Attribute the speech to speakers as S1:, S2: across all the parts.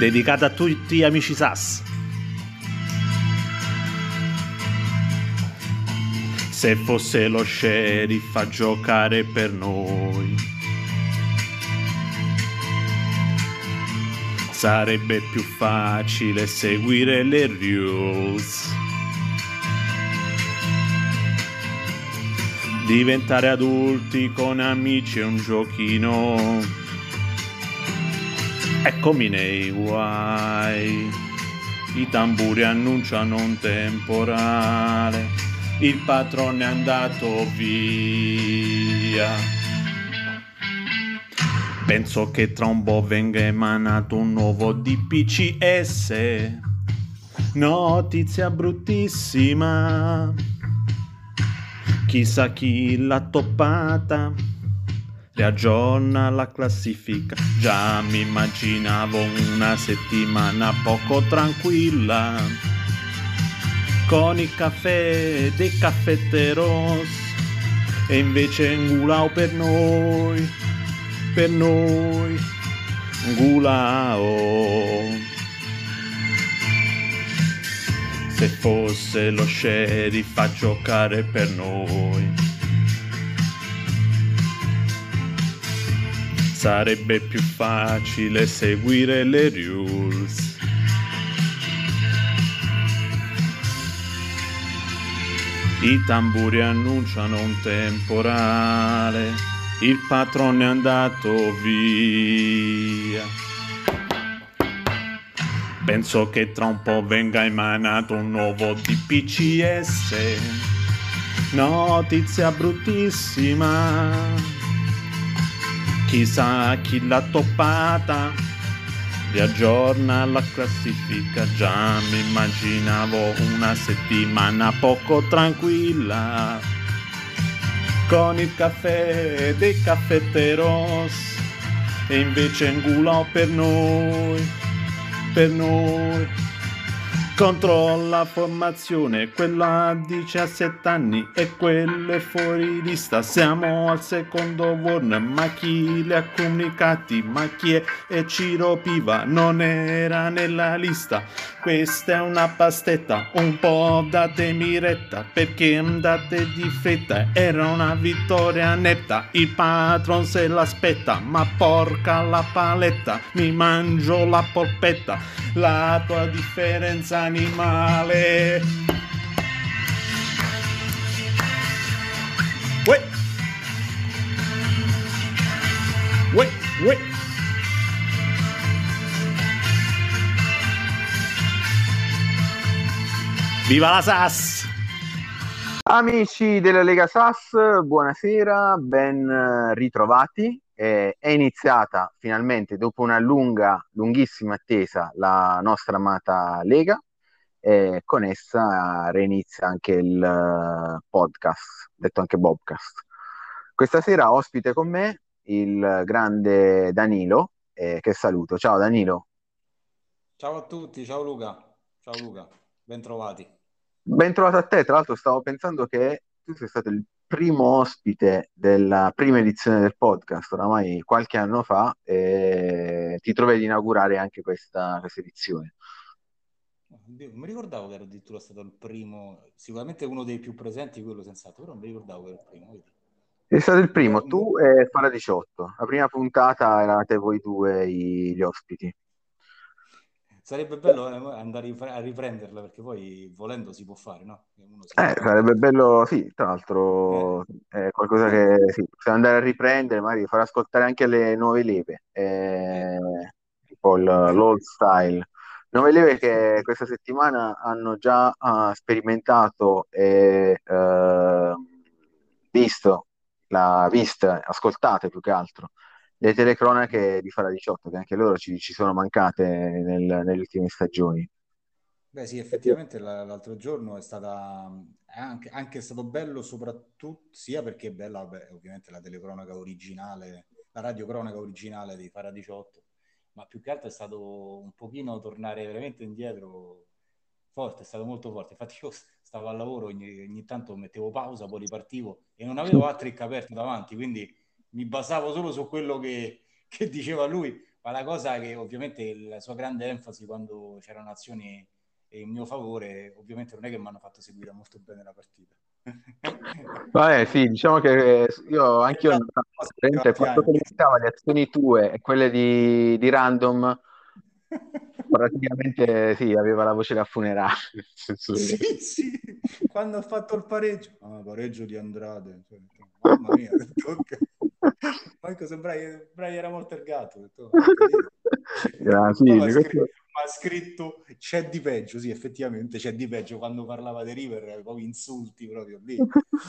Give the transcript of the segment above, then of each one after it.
S1: dedicata a tutti gli amici SAS. Se fosse lo sheriff a giocare per noi, sarebbe più facile seguire le rules. Diventare adulti con amici è un giochino. Eccomi nei guai. I tamburi annunciano un temporale. Il patrone è andato via. Penso che tra un po' venga emanato un nuovo DPCS. Notizia bruttissima. Chissà chi l'ha toppata, riaggiorna la classifica. Già mi immaginavo una settimana poco tranquilla, con il caffè dei caffetteros, e invece Ngulao per noi, Ngulao. Se fosse lo sheriff a giocare per noi, sarebbe più facile seguire le rules. I tamburi annunciano un temporale, il patrone è andato via. Penso che tra un po' venga emanato un nuovo DPCS. Notizia bruttissima. Chissà chi l'ha toppata, riaggiorna la classifica. Già mi immaginavo una settimana poco tranquilla, con il caffè dei caffetteros, e invece Ngulao per noi. Contro la formazione, quella a 17 anni e quelle fuori lista. Siamo al secondo warn, ma chi li ha comunicati? Ma chi è? E Ciro Piva non era nella lista. Questa è una pastetta, un po' datemi retta, perché andate di fretta, era una vittoria netta. Il patron se l'aspetta, ma porca la paletta, mi mangio la polpetta, la tua differenza animale. Uè. Viva la SAS!
S2: Amici della Lega SAS, buonasera, ben ritrovati. È iniziata finalmente, dopo una lunghissima attesa, la nostra amata Lega, e con essa reinizia anche il podcast, detto anche Bobcast. Questa sera ospite con me il grande Danilo, che saluto. Ciao Danilo.
S3: Ciao a tutti, ciao Luca, ben trovati.
S2: Ben trovato a te. Tra l'altro stavo pensando che tu sei stato il primo ospite della prima edizione del podcast, oramai qualche anno fa, e ti trovi ad inaugurare anche questa edizione.
S3: Oddio, non mi ricordavo che ero addirittura stato il primo, sicuramente uno dei più presenti, quello senz'altro, però non mi ricordavo che ero il primo. Vedi?
S2: Sei stato il primo,
S3: Un
S2: tu e Fara 18. La prima puntata eravate voi due gli ospiti.
S3: Sarebbe bello andare a riprenderla, perché poi volendo si può fare, no? Che uno si riprende.
S2: Sarebbe bello, sì, tra
S3: Eh.
S2: l'altro è qualcosa che sì, possiamo andare a riprendere, magari far ascoltare anche le nuove leve, tipo l'old style. Nuove leve che questa settimana hanno già sperimentato e ascoltate più che altro, le telecronache di Fara 18, che anche loro ci sono mancate nelle ultime stagioni.
S3: Beh sì, effettivamente l'altro giorno è anche stato bello, soprattutto sia perché è bella, vabbè, ovviamente la telecronaca originale, la radiocronaca originale di Fara 18, ma più che altro è stato un pochino tornare veramente indietro forte, è stato molto forte. Infatti io stavo al lavoro, ogni tanto mettevo pausa, poi ripartivo e non avevo altri aperto davanti, quindi mi basavo solo su quello che diceva lui, Ma la cosa che ovviamente la sua grande enfasi quando c'erano azioni in mio favore, ovviamente non è che mi hanno fatto seguire molto bene la partita.
S2: Vabbè, sì, diciamo che io
S3: È
S2: anche io ho
S3: la
S2: notato
S3: cosa che mi
S2: praticamente
S3: fa
S2: quando
S3: piangere.
S2: cominciava le azioni tue e quelle di Random, praticamente sì, aveva la voce da funerale. Nel senso che-
S3: Sì, sì, quando ha fatto il pareggio, pareggio di Andrade, cioè, mamma mia, ho detto, ok. Manco sembravi era morto il gatto, ho detto, ho capito. Poi
S2: Sì,
S3: m'ha scritto c'è di peggio, sì, effettivamente c'è di peggio quando parlava di River, proprio insulti proprio lì.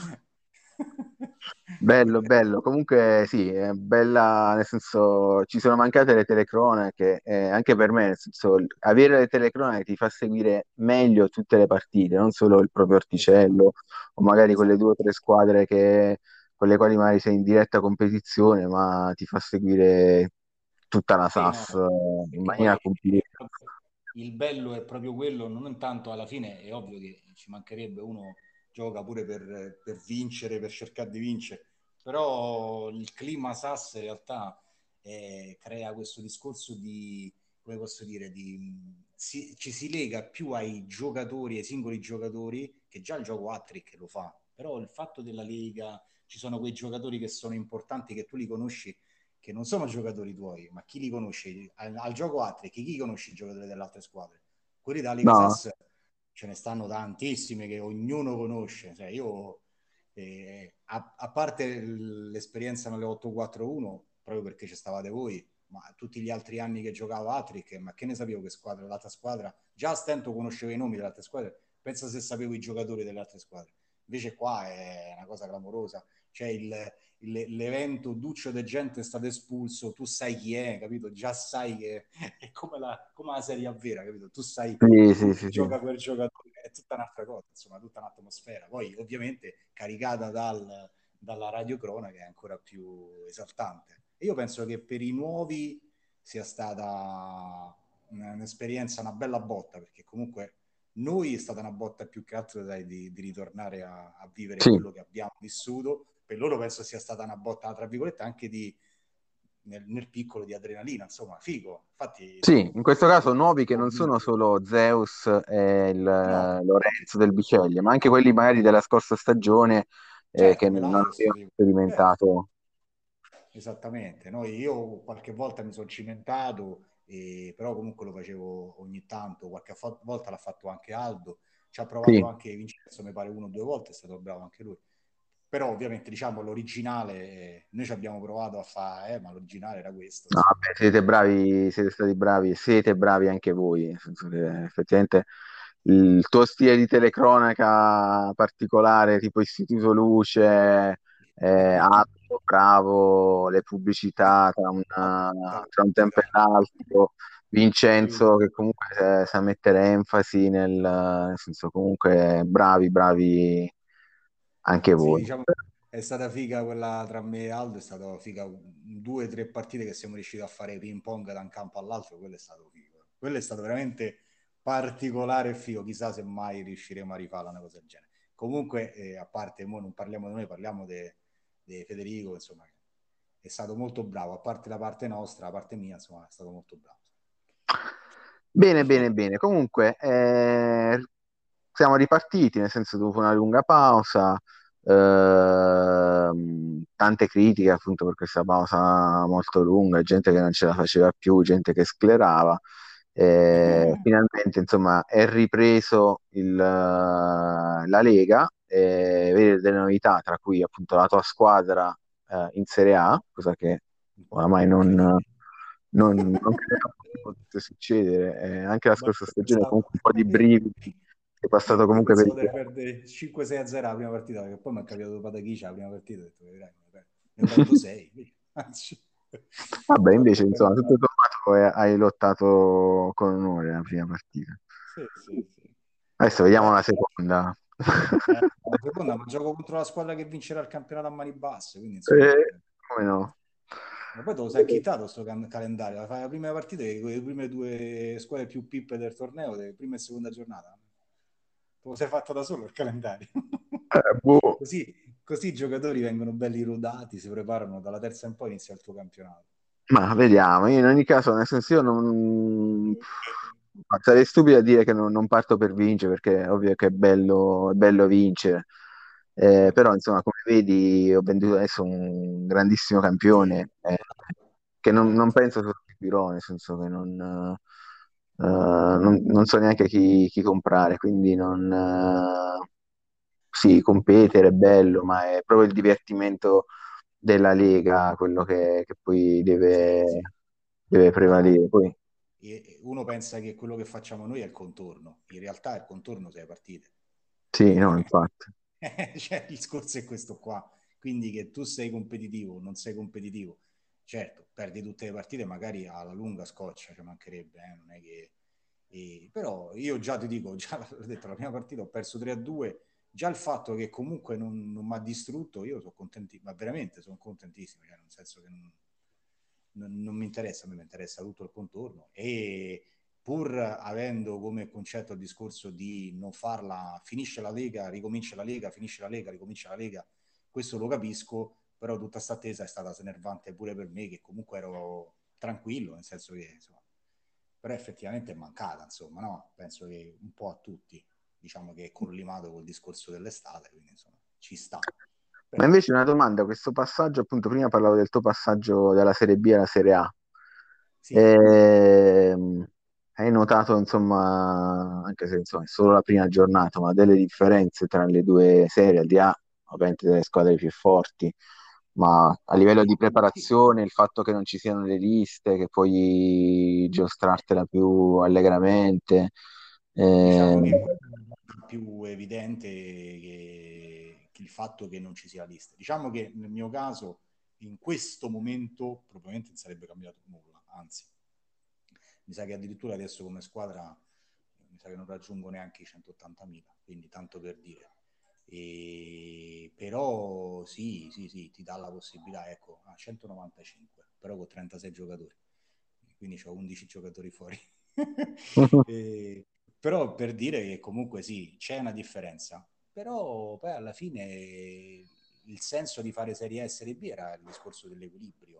S2: bello, bello. Comunque sì, è bella, nel senso ci sono mancate le telecronache, anche per me, nel senso avere le telecronache ti fa seguire meglio tutte le partite, non solo il proprio
S3: Esatto,
S2: orticello o magari quelle due o
S3: esatto.
S2: tre squadre con le quali magari sei in diretta competizione, ma ti fa seguire tutta la
S3: Sì, no,
S2: SAS in
S3: perché
S2: maniera
S3: poi
S2: completa.
S3: il bello è proprio quello, non tanto alla fine, è ovvio che ci mancherebbe uno gioca pure per vincere, per cercare di vincere, però il clima SAS in realtà crea questo discorso di, come posso dire, ci si lega più ai giocatori, ai singoli giocatori, che già il gioco Hattrick lo fa, però il fatto della Lega, ci sono quei giocatori che sono importanti, che tu li conosci che non sono giocatori tuoi, ma chi li conosce? Al gioco Atri, chi conosce i giocatori delle altre squadre? Quelli da Liga
S2: No,
S3: Sass ce ne stanno tantissime che ognuno conosce. Cioè io, a parte l'esperienza nelle 8-4-1, proprio perché ci stavate voi, ma tutti gli altri anni che giocavo Atric, ma che ne sapevo che squadra, l'altra squadra, già a stento conoscevo i nomi delle altre squadre, pensa se sapevo i giocatori delle altre squadre. Invece qua è una cosa clamorosa. C'è l'evento Duccio De Gente è stato espulso, tu sai chi è, capito? Già sai che è come la Serie A vera, capito? Tu sai
S2: sì, sì,
S3: chi
S2: sì, sì.
S3: gioca quel giocatore, è tutta un'altra cosa, insomma, tutta un'atmosfera. Poi ovviamente caricata dalla radiocronaca è ancora più esaltante. E io penso che per i nuovi sia stata un'esperienza, una bella botta, perché comunque noi è stata una botta più che altro dai, di ritornare a vivere
S2: Sì.
S3: quello che abbiamo vissuto. Per loro penso sia stata una botta, tra virgolette, anche nel piccolo di adrenalina, insomma, figo. Infatti,
S2: Sì, in questo caso
S3: io
S2: nuovi che
S3: ho
S2: non sono
S3: vinto.
S2: solo Zeus e il
S3: No,
S2: Lorenzo del Biceglie, ma anche quelli magari della scorsa stagione che
S3: certo,
S2: non hanno
S3: Pelagios, sì. Certo.
S2: sperimentato.
S3: Esattamente, io qualche volta mi sono cimentato, però comunque lo facevo ogni tanto, qualche volta l'ha fatto anche Aldo, ci ha provato
S2: Sì.
S3: anche Vincenzo, mi pare uno o due volte, è stato bravo anche lui. Però ovviamente diciamo l'originale, noi ci abbiamo provato a fare, ma l'originale era questo,
S2: No,
S3: insomma.
S2: vabbè, siete bravi, siete stati bravi e siete bravi anche voi, nel senso che effettivamente il tuo stile di telecronaca particolare, tipo Istituto Luce, Atto, bravo, le pubblicità tra un tempo e l'altro,
S3: Sì,
S2: Vincenzo che comunque sa mettere enfasi nel senso comunque bravi, bravi anche
S3: sì,
S2: voi.
S3: diciamo è stata figa quella tra me e Aldo, è stata figa due o tre partite che siamo riusciti a fare ping pong da un campo all'altro, quello è stato figo. Quello è stato veramente particolare e figo, chissà se mai riusciremo a rifare una cosa del genere. Comunque, a parte, mo non parliamo di noi, parliamo di Federico, insomma, che è stato molto bravo, a parte la parte nostra, la parte mia, insomma, è stato molto bravo.
S2: Bene, bene, bene. Comunque, siamo ripartiti, nel senso dopo una lunga pausa, tante critiche appunto per questa pausa molto lunga, gente che non ce la faceva più, gente che sclerava. Finalmente, insomma, è ripreso la Lega, vedere delle novità, tra cui appunto la tua squadra in Serie A, cosa che oramai
S3: Incredibile.
S2: non credevo potesse succedere. Anche la
S3: Ma
S2: scorsa
S3: io
S2: stagione
S3: pensavo,
S2: comunque un po' di
S3: io-
S2: brividi, è passato
S3: io
S2: comunque per
S3: pensavo
S2: il
S3: di perdere 5-6-0 la prima partita, perché poi mi è capitato Patachiscia la prima partita, ho detto, vedrai, ne prendo 6. Anzi,
S2: Vabbè,
S3: fatto
S2: invece,
S3: bene
S2: insomma, tutto
S3: andare.
S2: sommato hai lottato con onore la prima partita.
S3: Sì, sì, sì.
S2: Adesso vediamo
S3: Beh,
S2: la seconda.
S3: la seconda, ma gioco contro la squadra che vincerà il campionato a mani basse, quindi insomma...
S2: Eh, come no?
S3: Ma poi te lo sei chittato sto calendario, fai la prima partita con le prime due squadre più pippe del torneo, le prima e seconda giornata. Te lo sei fatto da solo il calendario.
S2: Boh.
S3: Così i giocatori vengono belli rodati, si preparano dalla terza in poi inizia il tuo campionato.
S2: Ma vediamo, io in ogni caso, nel senso io non... sarei stupido a dire che non parto per vincere, perché è ovvio che è bello vincere. Però insomma, come vedi, ho venduto adesso un grandissimo
S3: Sì,
S2: campione, che non penso sostituirò, nel senso che non so neanche chi comprare, quindi non... sì, competere è bello, ma è proprio il divertimento della Lega quello che poi
S3: sì, sì.
S2: deve
S3: Ma
S2: prevalere. Poi,
S3: uno pensa che quello che facciamo noi è il contorno, in realtà il contorno sei partite.
S2: sì, no, infatti.
S3: Cioè, il discorso è questo qua. Quindi che tu sei competitivo o non sei competitivo, certo, perdi tutte le partite, magari alla lunga scoccia, ci mancherebbe, non è che... però io già ti dico, già l'ho detto, la prima partita ho perso 3-2, già il fatto che comunque non mi ha distrutto, io sono contentissimo, ma veramente sono contentissimo, cioè, nel senso che non mi interessa, a me mi interessa tutto il contorno e pur avendo come concetto il discorso di non farla, finisce la Lega, ricomincia la Lega, finisce la Lega, ricomincia la Lega, questo lo capisco, però tutta sta attesa è stata snervante pure per me, che comunque ero tranquillo, nel senso che, insomma, però effettivamente è mancata, insomma, no? Penso che un po' a tutti, diciamo che è collimato col discorso dell'estate, quindi insomma, ci sta.
S2: Ma
S3: Però,
S2: invece una domanda, questo passaggio, appunto, prima parlavo del tuo passaggio dalla Serie B alla Serie A.
S3: sì,
S2: Ehm, hai notato, insomma, anche se insomma, è solo la prima giornata, ma delle differenze tra le due serie, al di là ovviamente delle squadre più forti, ma a livello di
S3: sì,
S2: preparazione, il fatto che non ci siano le liste, che puoi giostrartela più allegramente.
S3: diciamo
S2: eh,
S3: che è più evidente che il fatto che non ci sia lista. Diciamo che nel mio caso, in questo momento, probabilmente non sarebbe cambiato nulla, anzi, mi sa che addirittura adesso come squadra mi sa che non raggiungo neanche i 180.000, quindi tanto per dire. Però sì, sì, sì, ti dà la possibilità, ecco, a 195, però con 36 giocatori, quindi ho 11 giocatori fuori. e, però per dire che comunque sì, c'è una differenza, però poi alla fine il senso di fare Serie A e Serie B era il discorso dell'equilibrio,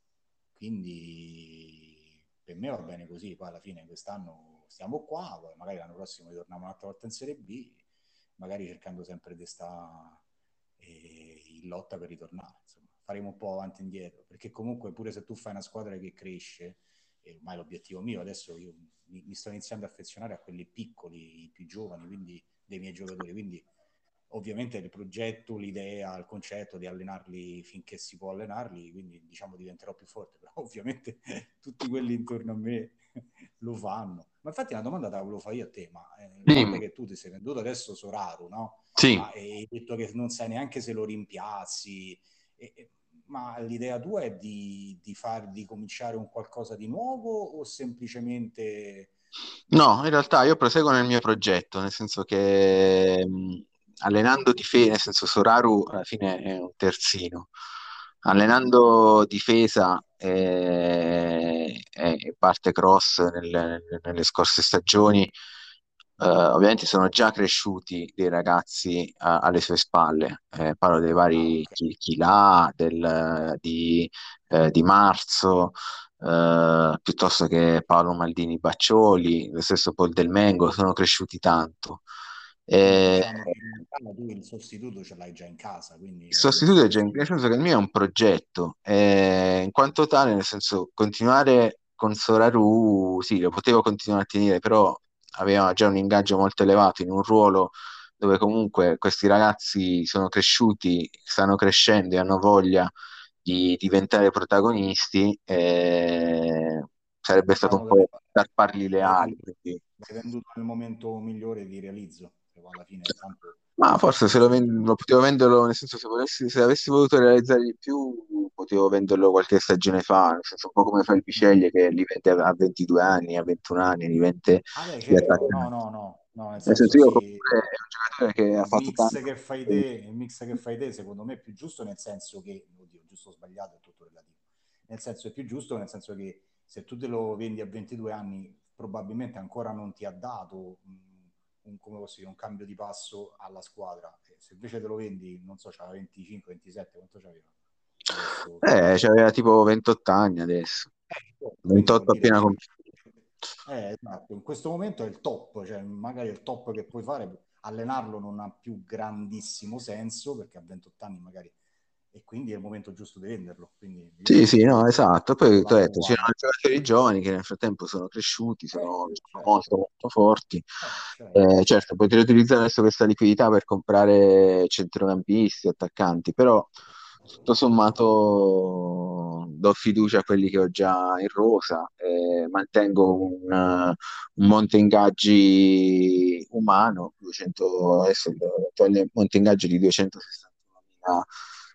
S3: quindi per me va bene così, poi alla fine quest'anno stiamo qua, poi magari l'anno prossimo ritorniamo un'altra volta in Serie B, magari cercando sempre di stare in lotta per ritornare, insomma, faremo un po' avanti e indietro, perché comunque pure se tu fai una squadra che cresce, e ormai l'obiettivo mio adesso io mi sto iniziando a affezionare a quelli piccoli, i più giovani, quindi dei miei giocatori, quindi ovviamente il progetto, l'idea, il concetto di allenarli finché si può allenarli, quindi diciamo diventerò più forte, però ovviamente tutti quelli intorno a me lo fanno. Ma infatti una domanda te la volevo fare io a te, ma a parte
S2: Dimmi.
S3: che tu ti sei venduto adesso Soraru, no?
S2: Sì.
S3: Ma hai detto che non sai neanche se lo rimpiazzi, ma l'idea tua è di cominciare un qualcosa di nuovo o semplicemente...
S2: No, in realtà io proseguo nel mio progetto, nel senso che allenando difesa, nel senso Soraru alla fine è un terzino, allenando difesa e parte cross nelle scorse stagioni, ovviamente sono già cresciuti dei ragazzi alle sue spalle. Parlo dei
S3: Ah,
S2: vari
S3: ok.
S2: Chilà, di Marzo, piuttosto che Paolo Maldini Baccioli, lo stesso Paul Del Mengo, sono cresciuti tanto.
S3: Quindi
S2: Eh,
S3: diciamo che in realtà tu il sostituto ce l'hai già in casa, quindi
S2: il
S3: hai messo
S2: sostituto è già
S3: questo...
S2: nel senso che il mio è un progetto, in quanto tale, nel senso continuare con Soraru, sì, lo potevo continuare a tenere, però aveva già un ingaggio molto elevato in un ruolo dove comunque questi ragazzi sono cresciuti, stanno crescendo e hanno voglia di diventare protagonisti, sarebbe stato un
S3: Diciamo che
S2: po' tarparli le
S3: l'hai
S2: ali.
S3: venduto,
S2: Quindi
S3: l'hai venduto nel momento migliore di realizzo, che poi alla fine tanto
S2: ma forse se
S3: adesso bisogna...
S2: lo potevo venderlo, nel senso se avessi voluto realizzare di più, potevo venderlo qualche stagione fa, nel senso un po' come fa il Biceglie che li vende a 22 anni, a 21 anni, li vende
S3: Ah beh,
S2: gli
S3: certo, no,
S2: attaccanti.
S3: no, no, no, nel
S2: Nel
S3: senso
S2: senso io
S3: sì,
S2: comunque è un giocatore che ha fatto tanto.
S3: il mix che fai te secondo me è più giusto nel senso che, oddio, giusto o sbagliato è tutto relativo, nel senso è più giusto nel senso che se tu te lo vendi a 22 anni probabilmente ancora non ti ha dato come posso dire, un cambio di passo alla squadra, e se invece te lo vendi, non so, c'ha 25, 27, quanto c'aveva? adesso.
S2: C'aveva tipo 28 anni adesso.
S3: Quindi vuol
S2: 28
S3: dire
S2: appena
S3: che
S2: compiuti.
S3: esatto, in questo momento è il top, cioè magari è il top che puoi fare, allenarlo non ha più grandissimo senso perché a 28 anni magari, e quindi è il momento giusto di venderlo, quindi io
S2: Sì,
S3: sono
S2: sì, no,
S3: d'accordo,
S2: esatto. Poi ti ho
S3: vado
S2: detto,
S3: uguale.
S2: c'erano giocatori giovani che nel frattempo sono cresciuti, sono
S3: Certo,
S2: molto, molto forti.
S3: certo, certo.
S2: Certo, potrei utilizzare adesso questa liquidità per comprare centrocampisti, attaccanti, però tutto sommato do fiducia a quelli che ho già in rosa, mantengo un monte ingaggi umano, 200, adesso l'attuale monte ingaggi di 261.000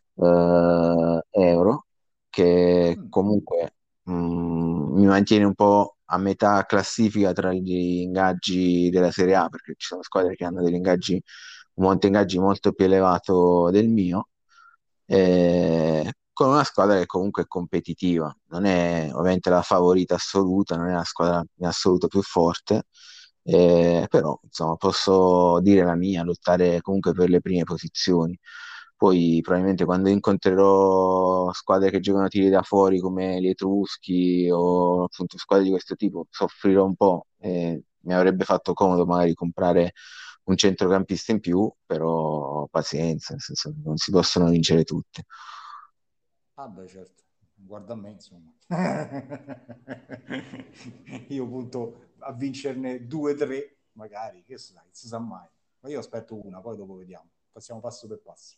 S2: euro, che
S3: Mm.
S2: comunque mi mantiene un po' a metà classifica tra gli ingaggi della Serie A, perché ci sono squadre che hanno degli ingaggi, un monte ingaggi molto più elevato del mio, con una squadra che comunque è competitiva, non è ovviamente la favorita assoluta, non è la squadra in assoluto più forte, però insomma posso dire la mia, lottare comunque per le prime posizioni. Poi probabilmente quando incontrerò squadre che giocano a tiri da fuori come gli Etruschi o appunto squadre di questo tipo, soffrirò un po'. Mi avrebbe fatto comodo magari comprare un centrocampista in più, però pazienza, nel senso che non si possono vincere tutte.
S3: Ah beh, certo, guarda a me, insomma. Io punto a vincerne due, tre, magari, che sai, non si sa mai. Ma io aspetto una, poi dopo vediamo. Passiamo passo per passo.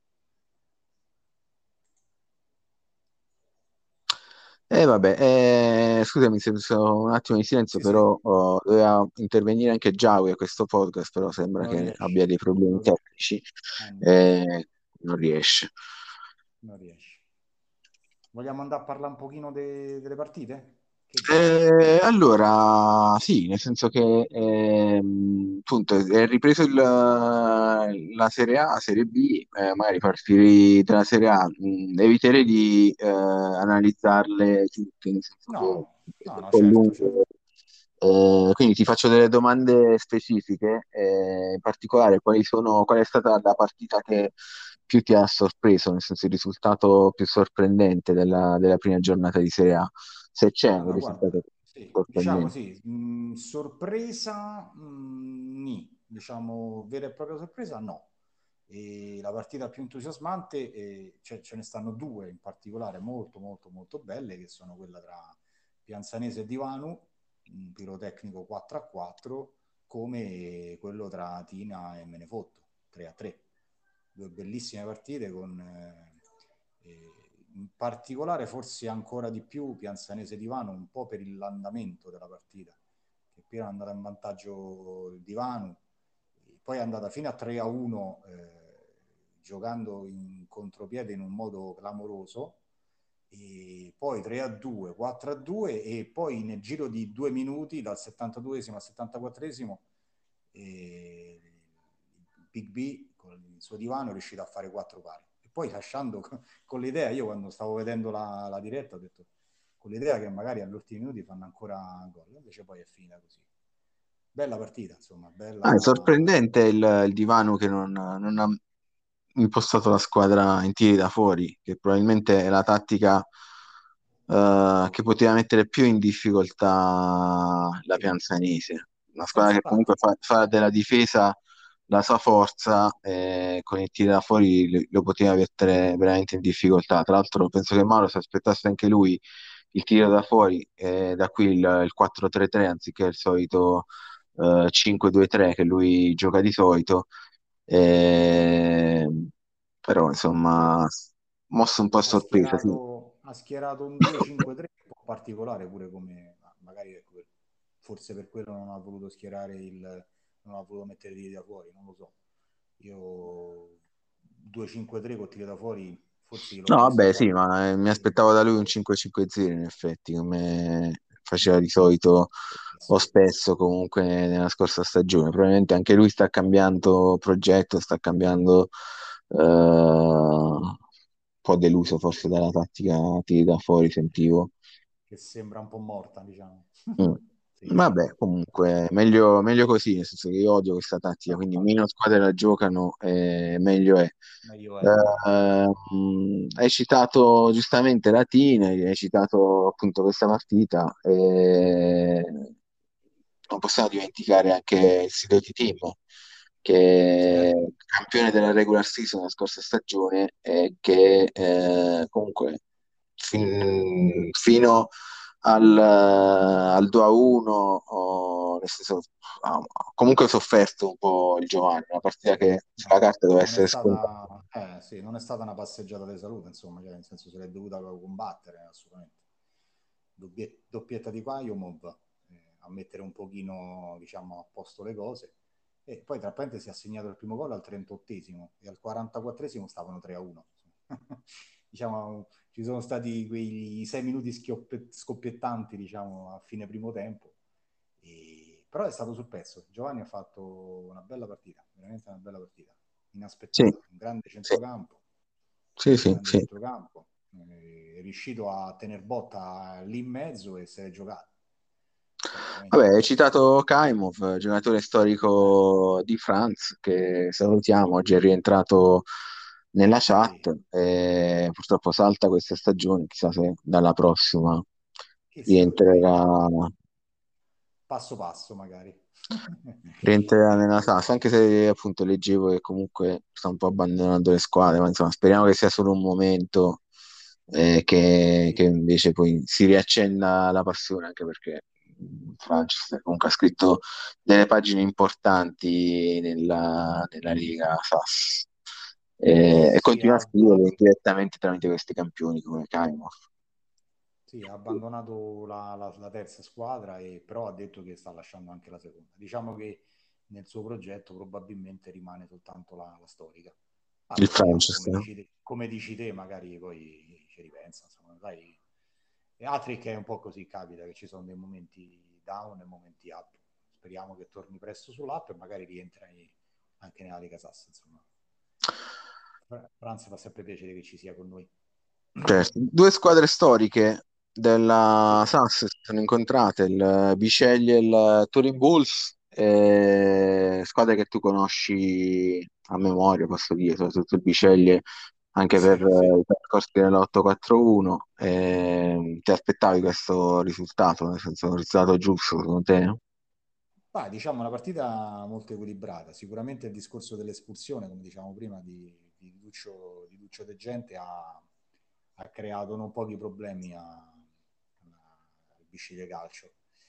S2: E vabbè, scusami se sono un attimo in silenzio,
S3: Sì, sì,
S2: però doveva intervenire anche Giacomo a questo podcast, però sembra
S3: non
S2: che
S3: riesci.
S2: abbia dei problemi
S3: Non,
S2: tecnici,
S3: non riesci.
S2: e non riesce.
S3: Non riesci. Vogliamo andare a parlare un pochino delle partite? Che dici?
S2: Allora, sì, nel senso che appunto è ripreso la Serie A, Serie B, magari partire dalla Serie A, eviterei di analizzarle tutte, nel senso che
S3: No,
S2: è
S3: no,
S2: un
S3: no,
S2: po'
S3: certo, certo.
S2: lungo. Quindi ti faccio delle domande specifiche, in particolare qual è stata la partita che più ti ha sorpreso, nel senso il risultato più sorprendente della prima giornata di Serie A, se c'è un
S3: Allora,
S2: risultato
S3: guarda, sì, diciamo
S2: sorprendente.
S3: sì, sorpresa, nì, diciamo vera e propria sorpresa, no. E la partita più entusiasmante, cioè, ce ne stanno due in particolare molto, molto, molto belle, che sono quella tra Pianzanese e Divano, un pirotecnico 4-4, come quello tra Tina e Menefotto, 3-3. Due bellissime partite con in particolare forse ancora di più Pianzanese Divano un po' per l'andamento della partita, che prima è andata in vantaggio il Divano, poi è andata fino a 3-1 giocando in contropiede in un modo clamoroso, e poi 3-2, 4-2 e poi nel giro di 2 minuti dal 72esimo al 74esimo Big B con il suo divano è riuscito a fare 4 pari e poi lasciando con l'idea, io quando stavo vedendo la diretta ho detto con l'idea che magari agli ultimi minuti fanno ancora gol, invece poi è finita così. Bella partita, insomma,
S2: È
S3: bella.
S2: sorprendente il Divano che non ha impostato la squadra in tiri da fuori, che probabilmente è la tattica che poteva mettere più in difficoltà la
S3: Sì,
S2: Pianzanese. Una squadra che comunque
S3: infatti,
S2: fa della difesa la sua forza, con i tiri da fuori lo poteva mettere veramente in difficoltà. Tra l'altro penso che Mauro si aspettasse anche lui il tiro da fuori, da qui il 4-3-3 anziché il solito 5-2-3 che lui gioca di solito. Eh, Però insomma, mosso un po' a sorpresa, sì.
S3: ha schierato un 2-5-3 un po' particolare pure come, magari ecco, forse per quello non ha voluto schierare non ha voluto mettere i tiri da fuori, non lo so. Io 2-5-3 con tiri da fuori forse glielo
S2: No,
S3: vorresti
S2: vabbè, sì,
S3: fare.
S2: ma mi aspettavo da lui un 5-5-0 in effetti, come faceva di solito o
S3: Sì.
S2: spesso comunque nella scorsa stagione. Probabilmente anche lui sta cambiando progetto, sta cambiando un po' deluso forse dalla tattica tiri da fuori, sentivo.
S3: Che sembra un po' morta, diciamo.
S2: Mm.
S3: Sì,
S2: Vabbè, comunque meglio così, nel senso che io odio questa tattica,
S3: no,
S2: quindi
S3: infatti,
S2: meno squadre la giocano, meglio è.
S3: meglio è, meglio è.
S2: Hai citato giustamente Latine, hai citato appunto questa partita, non possiamo dimenticare anche il Sidoti Team, che è
S3: Certo,
S2: campione della regular season la scorsa stagione e che comunque fino al 2-1, nel senso, ha comunque sofferto un po' il Giovanni, una partita che sulla
S3: no,
S2: carta doveva
S3: non è
S2: essere scontata.
S3: stata, sì, non è stata una passeggiata di salute, insomma, cioè, nel senso se l'è dovuta combattere, assolutamente. Doppietta di Kvajumov, a mettere un pochino, diciamo, a posto le cose. E poi, tra parentesi, ha segnato il primo gol al 38esimo e al 44esimo stavano 3-1. Diciamo, ci sono stati quei 6 minuti scoppiettanti, diciamo, a fine primo tempo. Però è stato sul pezzo. Giovanni ha fatto una bella partita, veramente una bella partita,
S2: Sì,
S3: inaspettata,
S2: sì, sì,
S3: un
S2: sì,
S3: grande
S2: sì.
S3: centrocampo, è riuscito a tener botta lì in mezzo e se l'è giocato.
S2: Vabbè,
S3: Francamente.
S2: hai citato Kaimov, giocatore
S3: Eh,
S2: storico di France, che salutiamo, oggi è rientrato nella
S3: sì,
S2: chat e purtroppo salta questa stagione, chissà se dalla prossima
S3: chissà,
S2: rientrerà,
S3: vediamo. Passo passo magari.
S2: rientrerà nella SAS, anche se appunto leggevo che comunque sta un po' abbandonando le squadre, ma insomma speriamo che sia solo un momento che
S3: Sì,
S2: invece poi si riaccenda la passione, anche perché Francis comunque ha scritto delle pagine importanti nella Liga SAS e
S3: sì,
S2: continua a scrivere direttamente tramite questi campioni come Kaimov.
S3: sì, ha abbandonato la terza squadra, e però ha detto che sta lasciando anche la seconda. Diciamo che nel suo progetto probabilmente rimane soltanto la storica. Ah,
S2: Il
S3: poi vediamo,
S2: Francis.
S3: come dici te, magari poi ci ripensa, insomma, sai. E Attrick è un po' così, capita che ci sono dei momenti down e momenti up. Speriamo che torni presto sull'up e magari rientra anche nella Lega Sass, insomma. Franz fa sempre piacere che ci sia con noi.
S2: Certo. Due squadre storiche della
S3: Sì,
S2: SAS si sono incontrate, il Biceglie e il Turin Bulls, squadre che tu conosci a memoria, posso dire, soprattutto il Biceglie, anche per
S3: sì, sì.
S2: i percorsi dell'8-4-1. Ti aspettavi questo risultato, nel senso un risultato giusto secondo te?
S3: Diciamo una partita molto equilibrata. Sicuramente il discorso dell'espulsione, come diciamo prima, di Duccio De Gente ha creato non pochi problemi al Bisceglie Calcio.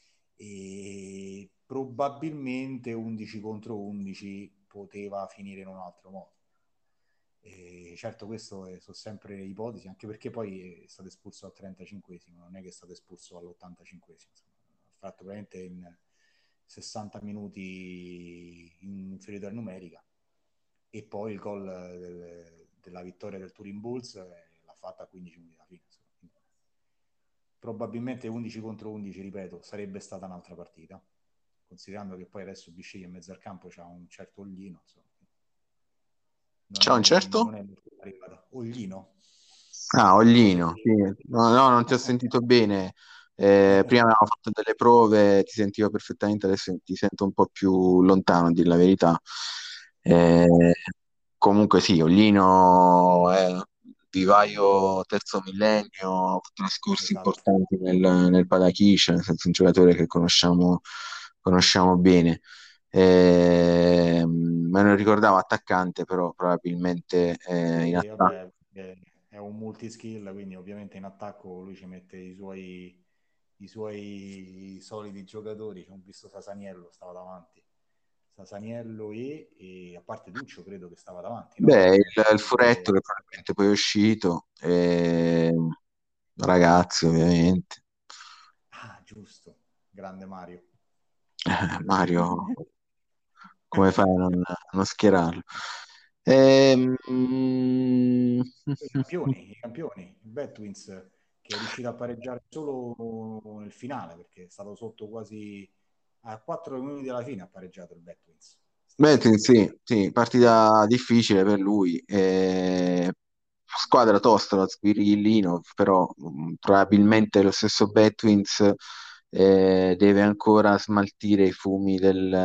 S3: E probabilmente 11 contro 11 poteva finire in un altro modo. E certo, questo sono sempre ipotesi, anche perché poi è stato espulso al 35esimo, non è che è stato espulso all'85esimo. Ha fatto veramente in 60 minuti in inferiorità numerica. E poi il gol della vittoria del Turin Bulls l'ha fatta a 15 minuti alla fine. Probabilmente 11 contro 11, ripeto, sarebbe stata un'altra partita, considerando che poi adesso Bisceglie in mezzo al campo c'ha un certo Oglino, insomma.
S2: C'è un certo?
S3: Non è molto arrivata. Oglino,
S2: Ah,
S3: giocatore
S2: Oglino, sì.
S3: di...
S2: No, no, non ti ho sentito bene. Prima avevamo fatto delle prove, ti sentivo perfettamente, adesso ti sento un po' più lontano, a dire la verità. Eh, Comunque sì, Oglino è vivaio terzo millennio, ha fatto trascorsi
S3: Esatto.
S2: importanti nel Padakisha, nel senso un giocatore che conosciamo bene. Me lo ricordavo attaccante, però probabilmente in
S3: Sì,
S2: attacco.
S3: vabbè, è un multiskill, quindi ovviamente in attacco lui ci mette i suoi soliti giocatori. C'è un visto Sasaniello, stava davanti. Sasaniello e a parte Duccio credo che stava davanti, no?
S2: Beh,
S3: Come
S2: il furetto
S3: portiere.
S2: che probabilmente poi è uscito, ragazzi ovviamente.
S3: Ah, giusto, grande Mario.
S2: Mario, come fai a non schierarlo?
S3: I campioni, il Betwins che è riuscito a pareggiare solo nel finale perché è stato sotto quasi a 4 minuti alla fine ha pareggiato il Betwins.
S2: Beh, sì,
S3: Straordinario.
S2: sì, sì, partita difficile per lui. Squadra tosta la Squirillino, però probabilmente lo stesso Betwins deve ancora smaltire i fumi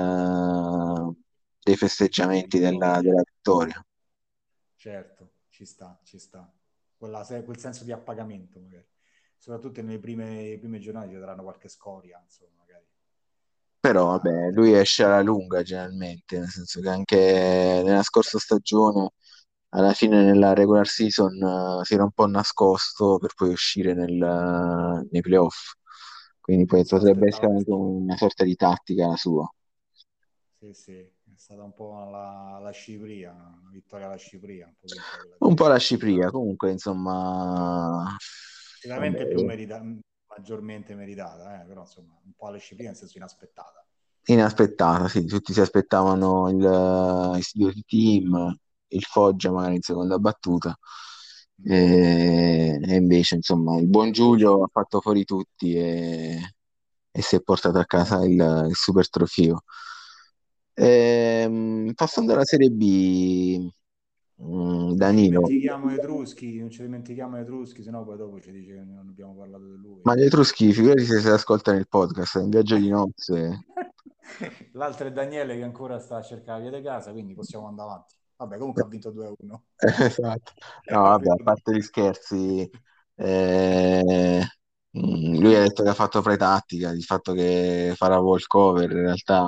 S2: dei festeggiamenti della vittoria.
S3: Certo, ci sta, ci sta. Quel senso di appagamento, magari. Soprattutto nelle prime giornate ci daranno qualche scoria, insomma, magari.
S2: Però
S3: Da...
S2: vabbè, lui esce alla lunga generalmente, nel senso che anche nella scorsa stagione, alla fine nella regular season, si era un po' nascosto per poi uscire nei playoff. Quindi poi
S3: Se
S2: potrebbe
S3: l'aspettava
S2: essere anche
S3: nessuno.
S2: una sorta di tattica la sua.
S3: Sì, sì, è stata un po' la scipria, una vittoria alla scipria, un pochino quella
S2: Un po' la
S3: di
S2: Cipria,
S3: Gianluca.
S2: comunque, insomma, vabbè,
S3: Sicuramente maggiormente meritata, però insomma, un po' alla scipria nel senso inaspettata.
S2: inaspettata, sì, tutti si aspettavano i due team, il Foggia magari in seconda battuta,
S3: Mm.
S2: e invece, insomma, il buon
S3: Invece,
S2: Giulio ha fatto fuori tutti e si è portato a casa il super trofeo. Passando alla Serie B,
S3: non ci
S2: Danilo,
S3: dimentichiamo Etruschi, non ci dimentichiamo Etruschi, sennò poi dopo ci dice che non abbiamo parlato di lui.
S2: ma gli Etruschi, figurati se si ascoltano il podcast, è un viaggio di nozze.
S3: L'altro è Daniele che ancora sta a cercare via di casa, quindi possiamo andare avanti. Vabbè, comunque ha vinto 2-1.
S2: Esatto. No,
S3: Ha
S2: vabbè, a
S3: vinto 2-1.
S2: parte gli scherzi, eh, lui ha detto che ha fatto pretattica, il fatto che farà walkover, in realtà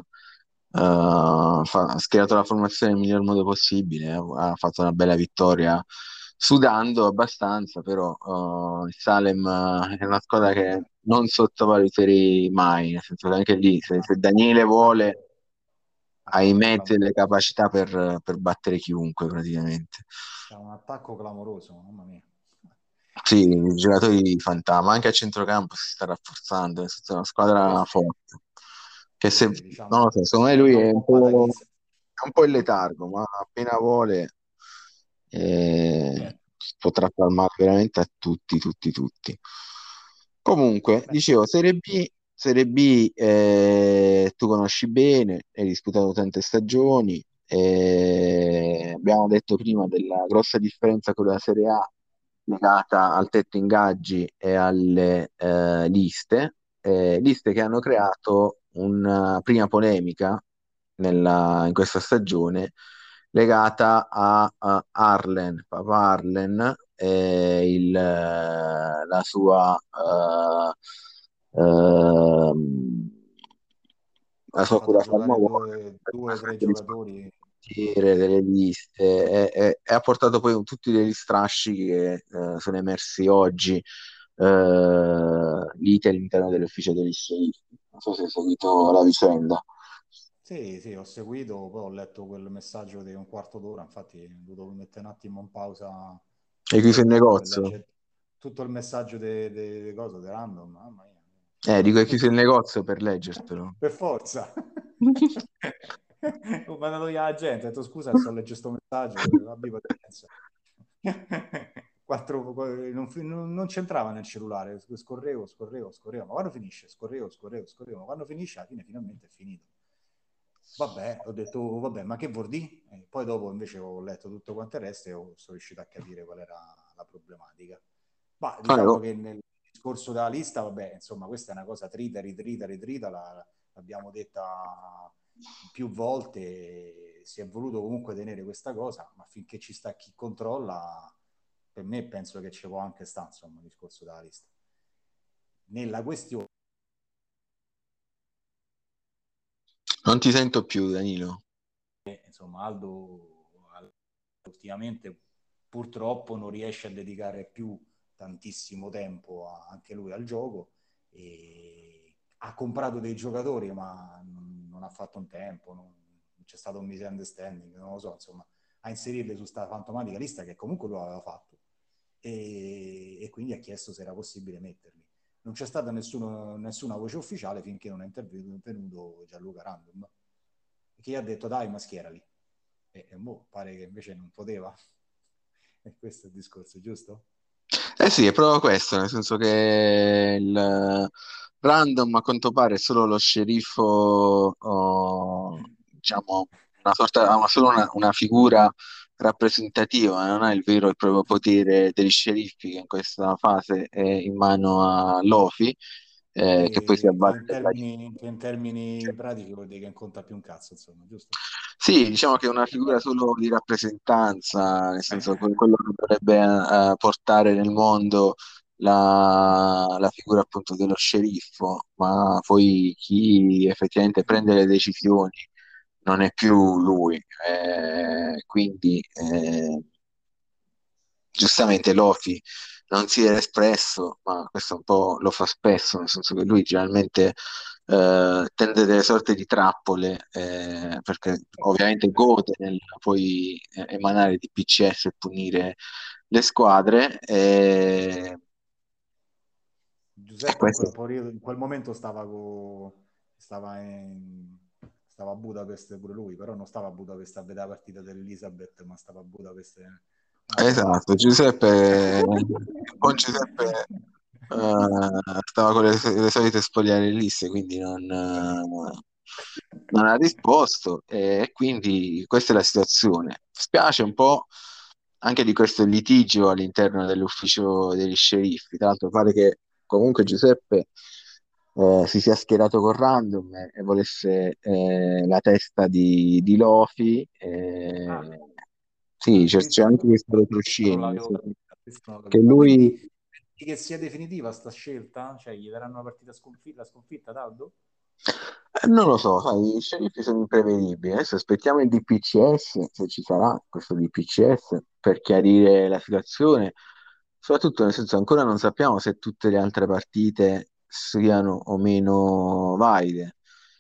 S2: ha schierato la formazione nel miglior modo possibile, ha fatto una bella vittoria, sudando abbastanza, però il Salem è una squadra che non sottovaluterei mai, nel senso che anche lì, se Daniele vuole,
S3: Attacco,
S2: ha i
S3: attacco
S2: mezzi e le
S3: clamoroso.
S2: capacità per battere chiunque praticamente.
S3: C'è un attacco clamoroso, mamma mia.
S2: Sì, i giocatori fantasma, anche a centrocampo si sta rafforzando, è stata una squadra
S3: Sì,
S2: forte. Che
S3: sì,
S2: se,
S3: sì, diciamo
S2: non lo
S3: che
S2: so, secondo me lui
S3: sembra un po' Patachis.
S2: è un po' in letargo, ma appena vuole
S3: Certo.
S2: potrà far male veramente a tutti, tutti, tutti. Comunque,
S3: Beh,
S2: dicevo, Serie B tu conosci bene, hai disputato tante stagioni, abbiamo detto prima della grossa differenza con la Serie A legata al tetto ingaggi e alle liste che hanno creato una prima polemica in questa stagione legata a Arlen, Papa Arlen, e la sua, la
S3: ha
S2: sua
S3: fatto
S2: cura
S3: giocare
S2: farmacologica,
S3: due o tre giocatori.
S2: delle liste e ha portato poi tutti degli strascichi che sono emersi oggi lì all'interno dell'ufficio degli sceicchi. Non so se hai seguito la vicenda.
S3: Sì, sì, ho seguito, poi ho letto quel messaggio di un quarto d'ora, infatti ho dovuto mettere un attimo in pausa
S2: Hai chiuso il
S3: YouTube per
S2: negozio?
S3: leggere tutto il messaggio di cose, di random, mamma mia.
S2: Dico, hai chiuso il negozio per leggertelo.
S3: Per forza. Ho mandato via la gente, ho detto scusa, sto leggendo questo messaggio, abbi pazienza. Non c'entrava nel cellulare, scorrevo, ma quando finisce? Scorrevo, ma quando finisce, alla fine finalmente è finito. Vabbè, ho detto, vabbè, ma che vuol dire? Poi dopo invece ho letto tutto quanto il resto e sono riuscito a capire qual era la problematica. Ma diciamo
S2: Oh,
S3: che nel discorso della lista, vabbè, insomma, questa è una cosa ritrita, l'abbiamo detta più volte, e si è voluto comunque tenere questa cosa, ma finché ci sta chi controlla, per me penso che ci può anche stare, insomma, il discorso della lista. Nella questione,
S2: non ti sento più, Danilo.
S3: insomma, ultimamente purtroppo non riesce a dedicare più tantissimo tempo anche lui al gioco e ha comprato dei giocatori ma non ha fatto un tempo, non c'è stato un misunderstanding, non lo so, insomma, a inserirli su questa fantomatica lista che comunque lui aveva fatto e quindi ha chiesto se era possibile metterli. Non c'è stata nessuna voce ufficiale finché non è intervenuto Gianluca Random, che gli ha detto dai, ma schierali. E boh, pare che invece non poteva. E questo è il discorso, giusto?
S2: Eh sì, è proprio questo, nel senso che il random a quanto pare è solo lo sceriffo, diciamo, ha solo una figura rappresentativa, non ha il vero e proprio potere degli sceriffi che in questa fase è in mano a Lofi che poi si avvale della...
S3: che in termini pratici vuol dire che non conta più un cazzo, insomma, giusto?
S2: Sì, diciamo che è una figura solo di rappresentanza, nel senso che quello che dovrebbe portare nel mondo la figura appunto dello sceriffo, ma poi chi effettivamente prende le decisioni non è più lui. Quindi giustamente Lofi non si era espresso, ma questo un po' lo fa spesso, nel senso che lui generalmente tende delle sorte di trappole, perché ovviamente gode nel poi emanare di PCS e punire le squadre, e
S3: Giuseppe
S2: questo
S3: in quel momento stava, stava a Budapest pure lui, però non stava a Budapest a vedere la partita dell'Elizabeth, ma stava a Budapest in altra
S2: esatto,
S3: parte.
S2: Giuseppe, buon Giuseppe stava con le solite spogliarelliste, quindi non ha risposto e quindi questa è la situazione. Spiace un po' anche di questo litigio all'interno dell'ufficio degli sceriffi. Tra l'altro pare che comunque Giuseppe si sia schierato con Random e volesse la testa di Lofi.
S3: Ah,
S2: Sì, c'è anche
S3: addirittura
S2: questo
S3: questo non
S2: retroscena, nel
S3: l'avevo
S2: senso
S3: capito, questo non
S2: che
S3: l'avevo- Ma quindi
S2: lui...
S3: pensi che sia definitiva sta scelta? Cioè gli daranno una partita la sconfitta, Taldo?
S2: Non lo so, sai, i sceriffi sono imprevedibili. Adesso aspettiamo il DPCS, se ci sarà questo DPCS, per chiarire la situazione. Soprattutto, nel senso, ancora non sappiamo se tutte le altre partite siano o meno valide.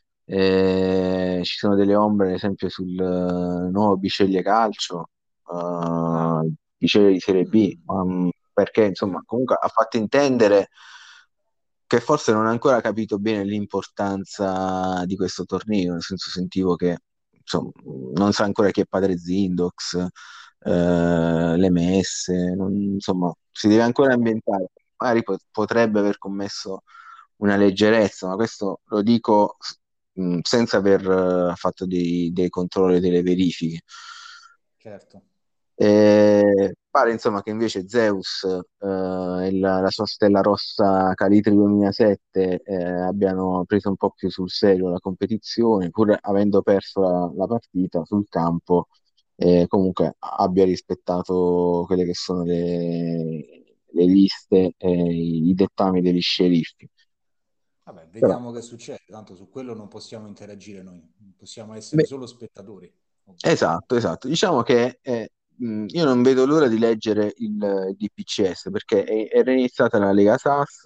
S2: Ci sono delle ombre, ad esempio, sul nuovo Biceglie Calcio,
S3: Ah,
S2: Biceglie di Serie B,
S3: mm,
S2: perché, insomma,
S3: mm,
S2: comunque ha fatto intendere che forse non ha ancora capito bene l'importanza di questo torneo, nel senso sentivo che insomma, non sa ancora chi è Padre Zindox, le messe, insomma, si deve ancora ambientare. Magari potrebbe aver commesso una leggerezza, ma questo lo dico senza aver fatto dei controlli e delle verifiche.
S3: certo.
S2: Pare insomma che invece Zeus e la sua stella rossa Calitri 2007 abbiano preso un po' più sul serio la competizione, pur avendo perso la partita sul campo, comunque abbia rispettato quelle che sono le liste e i dettami degli sceriffi.
S3: Vabbè,
S2: Però,
S3: vediamo che succede, tanto su quello non possiamo interagire noi, possiamo essere
S2: beh,
S3: solo spettatori, ovvio.
S2: esatto, esatto. Diciamo che io non vedo l'ora di leggere il DPCS perché era iniziata la Lega SAS,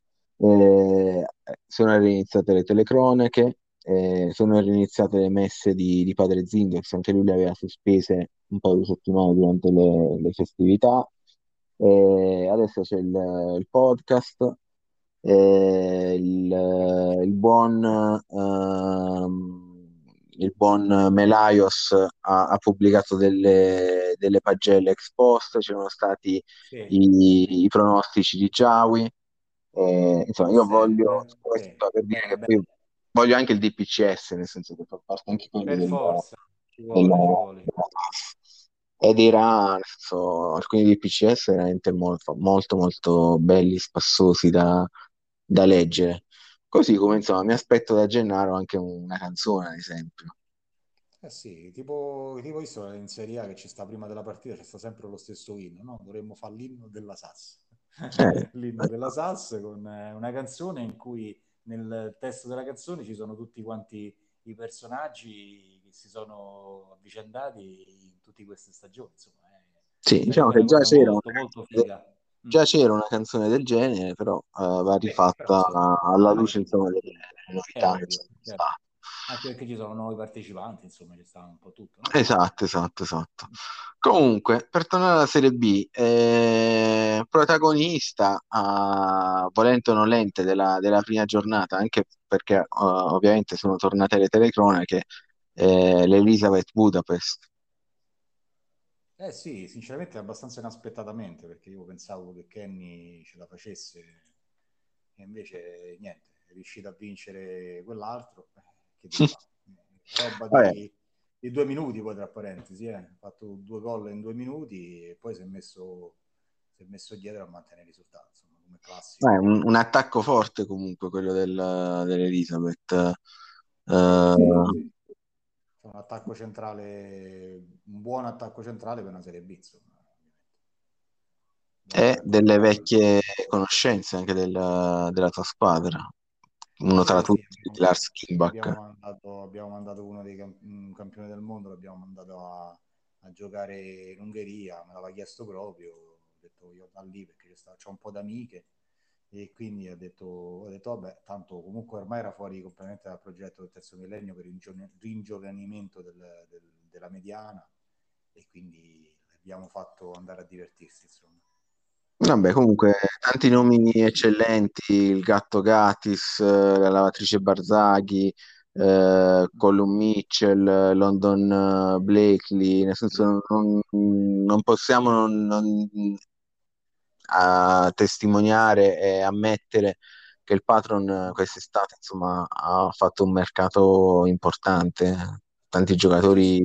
S2: sono riniziate le telecronache, sono riniziate le messe di Padre Zindex, anche lui le aveva sospese un paio di settimane durante le festività. Adesso c'è il podcast, il buon Melaios ha pubblicato delle pagelle ex post, c'erano stati
S3: Sì,
S2: i pronostici di Giawi. Insomma, io voglio,
S3: serve. Sì,
S2: questo per dire
S3: bene,
S2: che
S3: bene.
S2: poi voglio anche il DPCS, nel senso che fa parte anche quello
S3: Per forza, ci
S2: della,
S3: vuole, ci vuole.
S2: della TAF. Ed era, nel senso, alcuni DPCS veramente molto, molto, molto belli, spassosi da leggere. Così come, insomma, mi aspetto da Gennaro anche una canzone, ad esempio.
S3: Eh sì, tipo visto in Serie A che ci sta prima della partita, c'è sta sempre lo stesso inno, no? Dovremmo fare l'inno della SAS. L'inno della SAS con una canzone in cui nel testo della canzone ci sono tutti quanti i personaggi che si sono avvicendati in tutte queste stagioni. Insomma,
S2: sì, diciamo
S3: sarebbe
S2: che
S3: una cosa molto, molto figa. Mm.
S2: già c'era una canzone del genere, però va
S3: Però
S2: rifatta
S3: insomma,
S2: alla luce,
S3: meglio,
S2: insomma, delle
S3: è
S2: novità che ci
S3: ovvio,
S2: sono
S3: certo.
S2: state.
S3: Anche perché ci sono nuovi partecipanti, insomma, ci sta un po' tutto, no?
S2: Esatto, esatto, esatto. Comunque, per tornare alla Serie B, protagonista, volente o nolente, della prima giornata, anche perché ovviamente sono tornate le telecronache, l'Elizabeth Budapest.
S3: Eh sì, sinceramente abbastanza inaspettatamente, perché io pensavo che Kenny ce la facesse e invece niente, è riuscito a vincere quell'altro, che devi fare? Roba
S2: Vabbè,
S3: di 2 minuti poi tra parentesi, ha fatto 2 gol in 2 minuti e poi si è messo dietro a mantenere il risultato. Insomma, come classico.
S2: È un attacco forte comunque quello dell'Elizabeth.
S3: Sì. C'è un attacco centrale, un buon attacco centrale per una Serie B, insomma, buon
S2: E
S3: attacco
S2: delle
S3: centrale.
S2: vecchie conoscenze anche della tua squadra. Uno tra
S3: Sì, sì,
S2: tutti, Lars Kimbach.
S3: abbiamo mandato uno dei campioni del mondo, l'abbiamo mandato a giocare in Ungheria, me l'aveva chiesto proprio, ho detto io da lì perché c'ho un po' d'amiche e quindi ho detto vabbè, tanto comunque ormai era fuori completamente dal progetto del terzo millennio per il ringiovanimento della mediana e quindi l'abbiamo fatto andare a divertirsi, insomma.
S2: Vabbè, comunque
S3: E-
S2: tanti nomi eccellenti, il gatto Gatis, la lavatrice Barzaghi, Colum Mitchell, London Blakely, nel senso non possiamo non a testimoniare e ammettere che il Patron quest'estate insomma ha fatto un mercato importante, tanti
S3: Sì,
S2: giocatori
S3: sì,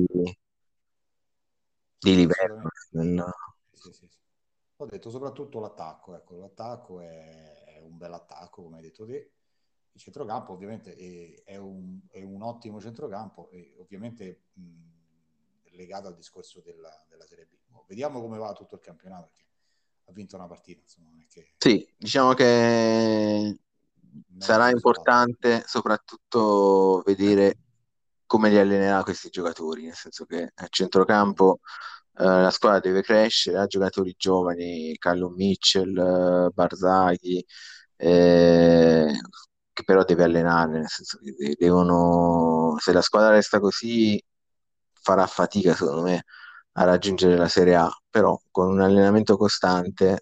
S2: di
S3: sì,
S2: livello.
S3: assolutamente. Sì, sì, sì. Ho detto soprattutto l'attacco, ecco, l'attacco è un bel attacco, come hai detto te. Il centrocampo ovviamente è un ottimo centrocampo e ovviamente legato al discorso della Serie B. Vediamo come va tutto il campionato perché ha vinto una partita, insomma, non è che
S2: Sì, diciamo che
S3: merito
S2: sarà
S3: alle spalle.
S2: importante soprattutto vedere come li allenerà questi giocatori, nel senso che a centrocampo la squadra deve crescere, ha giocatori giovani, Callum Mitchell, Barzaghi, eh, che però deve allenare, nel senso che devono, se la squadra resta così farà fatica, secondo me, a raggiungere la Serie A, però con un allenamento costante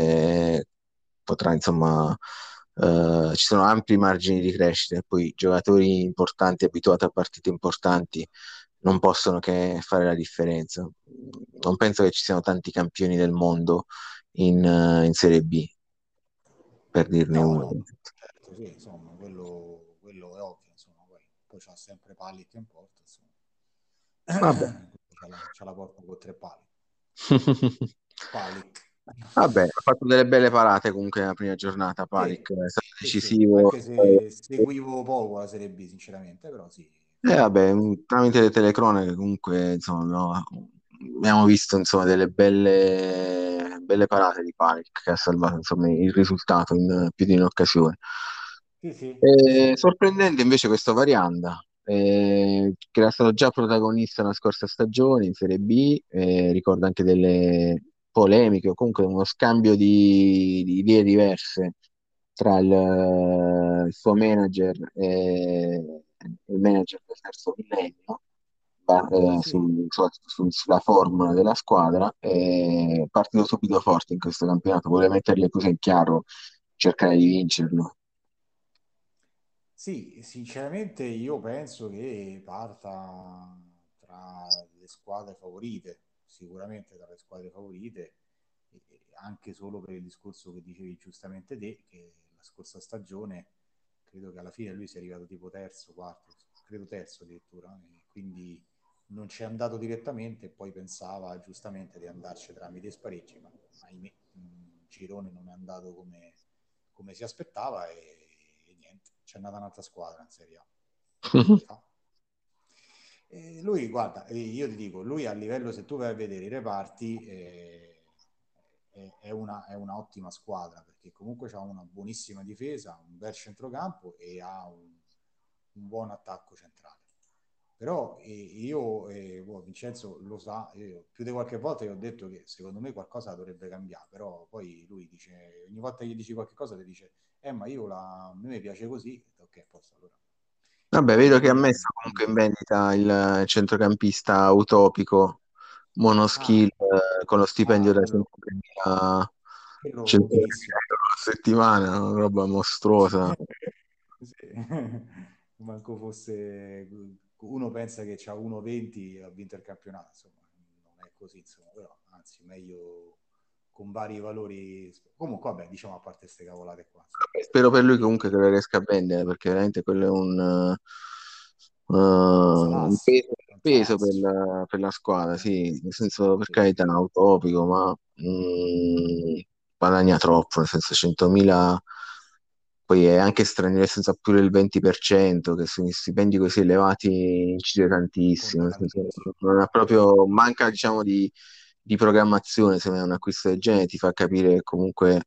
S2: potrà, insomma, ci sono ampi margini di crescita, e poi giocatori importanti, abituati a partite importanti, non possono che fare la differenza. Non penso che ci siano tanti campioni del mondo in Serie B, per dirne
S3: No,
S2: uno.
S3: no, certo, sì, insomma, quello è ovvio, insomma, poi c'ha sempre pali che importa, insomma.
S2: Vabbè.
S3: C'ha la porta con tre pali. Palic.
S2: Vabbè, ha fatto delle belle parate comunque nella prima giornata,
S3: Sì,
S2: Palic, è stato
S3: sì, sì,
S2: decisivo.
S3: anche se seguivo poco la Serie B, sinceramente, però sì,
S2: Vabbè,
S3: effettivamente sì.
S2: tramite le telecronache comunque insomma, abbiamo visto insomma, delle belle parate di Palic che ha salvato insomma, il risultato in più di un'occasione.
S3: Sì, sì, sì, sì.
S2: Sorprendente invece questo Varianda, che era stato già protagonista la scorsa stagione in Serie B, ricorda anche delle polemiche o comunque uno scambio di idee diverse tra il suo manager e il manager del terzo millennio
S3: Sì,
S2: sulla formula della squadra. È partito subito forte in questo campionato, vuole mettere le cose in chiaro, cercare di vincerlo.
S3: sì, sinceramente io penso che parta tra le squadre favorite, sicuramente tra le squadre favorite, e anche solo per il discorso che dicevi giustamente te, che la scorsa stagione credo che alla fine lui sia arrivato tipo terzo, quarto, credo terzo addirittura, e quindi non ci è andato direttamente e poi pensava giustamente di andarci tramite spareggi, ma ahimè, Girone non è andato come si aspettava e niente, c'è andata un'altra squadra in Serie A. Che vuoi fare? E lui, guarda, io ti dico, lui a livello, se tu vai a vedere i reparti, è una ottima squadra perché comunque ha una buonissima difesa, un bel centrocampo e ha un buon attacco centrale. Però io, Vincenzo lo sa, io, più di qualche volta gli ho detto che secondo me qualcosa dovrebbe cambiare, però poi lui dice, ogni volta che gli dici qualche cosa ti dice, ma a me piace così, ok, a posto, allora.
S2: Vabbè, vedo che ha
S3: Quindi,
S2: messo comunque in vendita il centrocampista utopico monoskill
S3: ah,
S2: con lo stipendio da
S3: quello,
S2: 100.000
S3: quello
S2: 100.000
S3: utilissimo.
S2: euro a settimana, una roba mostruosa.
S3: Sì. Manco fosse uno pensa che c'ha 1,20 e ha vinto il campionato, insomma, non è così, insomma, però anzi, meglio con vari valori. Comunque, vabbè, diciamo a parte queste cavolate qua, insomma.
S2: Spero per lui comunque che
S3: E
S2: lo riesca a vendere, perché veramente quello è un
S3: Salas,
S2: peso per
S3: Salas,
S2: per la squadra,
S3: eh,
S2: sì, nel senso per
S3: sì,
S2: carità, utopico, ma guadagna troppo, nel senso 100.000, poi è anche straniero senza pure il 20%, che sugli stipendi così elevati incide tantissimo,
S3: conta
S2: nel senso,
S3: tantissimo.
S2: non ha proprio, manca diciamo di programmazione, se non è un acquisto del genere ti fa capire che comunque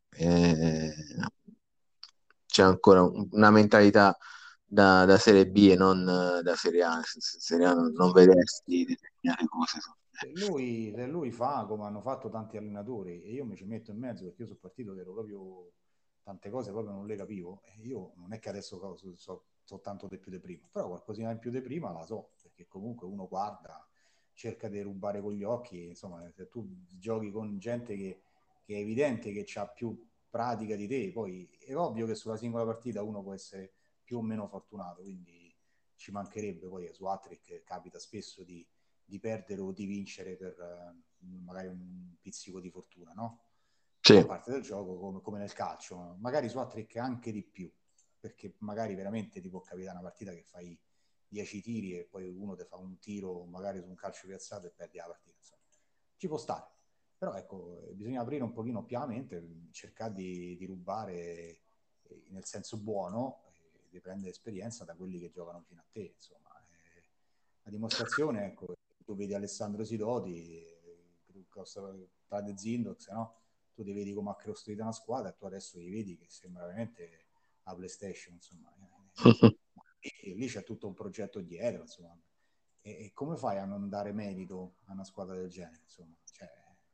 S2: c'è ancora una mentalità da Serie B e non da Serie A, nel senso, in Serie A non
S3: Sì.
S2: vedersi determinate cose.
S3: Se lui fa come hanno fatto tanti allenatori e io mi ci metto in mezzo perché io sono partito che ero proprio tante cose proprio non le capivo e io non è che adesso so tanto di più di prima, però qualcosina in più di prima la so perché comunque uno guarda, cerca di rubare con gli occhi, insomma se tu giochi con gente che è evidente che ha più pratica di te, poi è ovvio che sulla singola partita uno può essere più o meno fortunato, quindi ci mancherebbe, poi su Hattrick capita spesso di perdere o di vincere per magari un pizzico di fortuna, no? Fa
S2: Sì,
S3: parte del gioco come nel calcio, magari su Hattrick anche di più, perché magari veramente ti può capitare una partita che fai 10 tiri e poi uno ti fa un tiro magari su un calcio piazzato e perdi la partita. Insomma. Ci può stare, però ecco, bisogna aprire un pochino più la mente, cercare di rubare nel senso buono, di prendere esperienza da quelli che giocano fino a te, insomma. La dimostrazione, ecco, tu vedi Alessandro Sidoti, Tade Zindox, no? Tu ti vedi come ha costruito una squadra e tu adesso li vedi che sembra veramente la PlayStation, insomma. E lì c'è tutto un progetto dietro, insomma. E come fai a non dare merito a una squadra del genere, insomma? Cioè,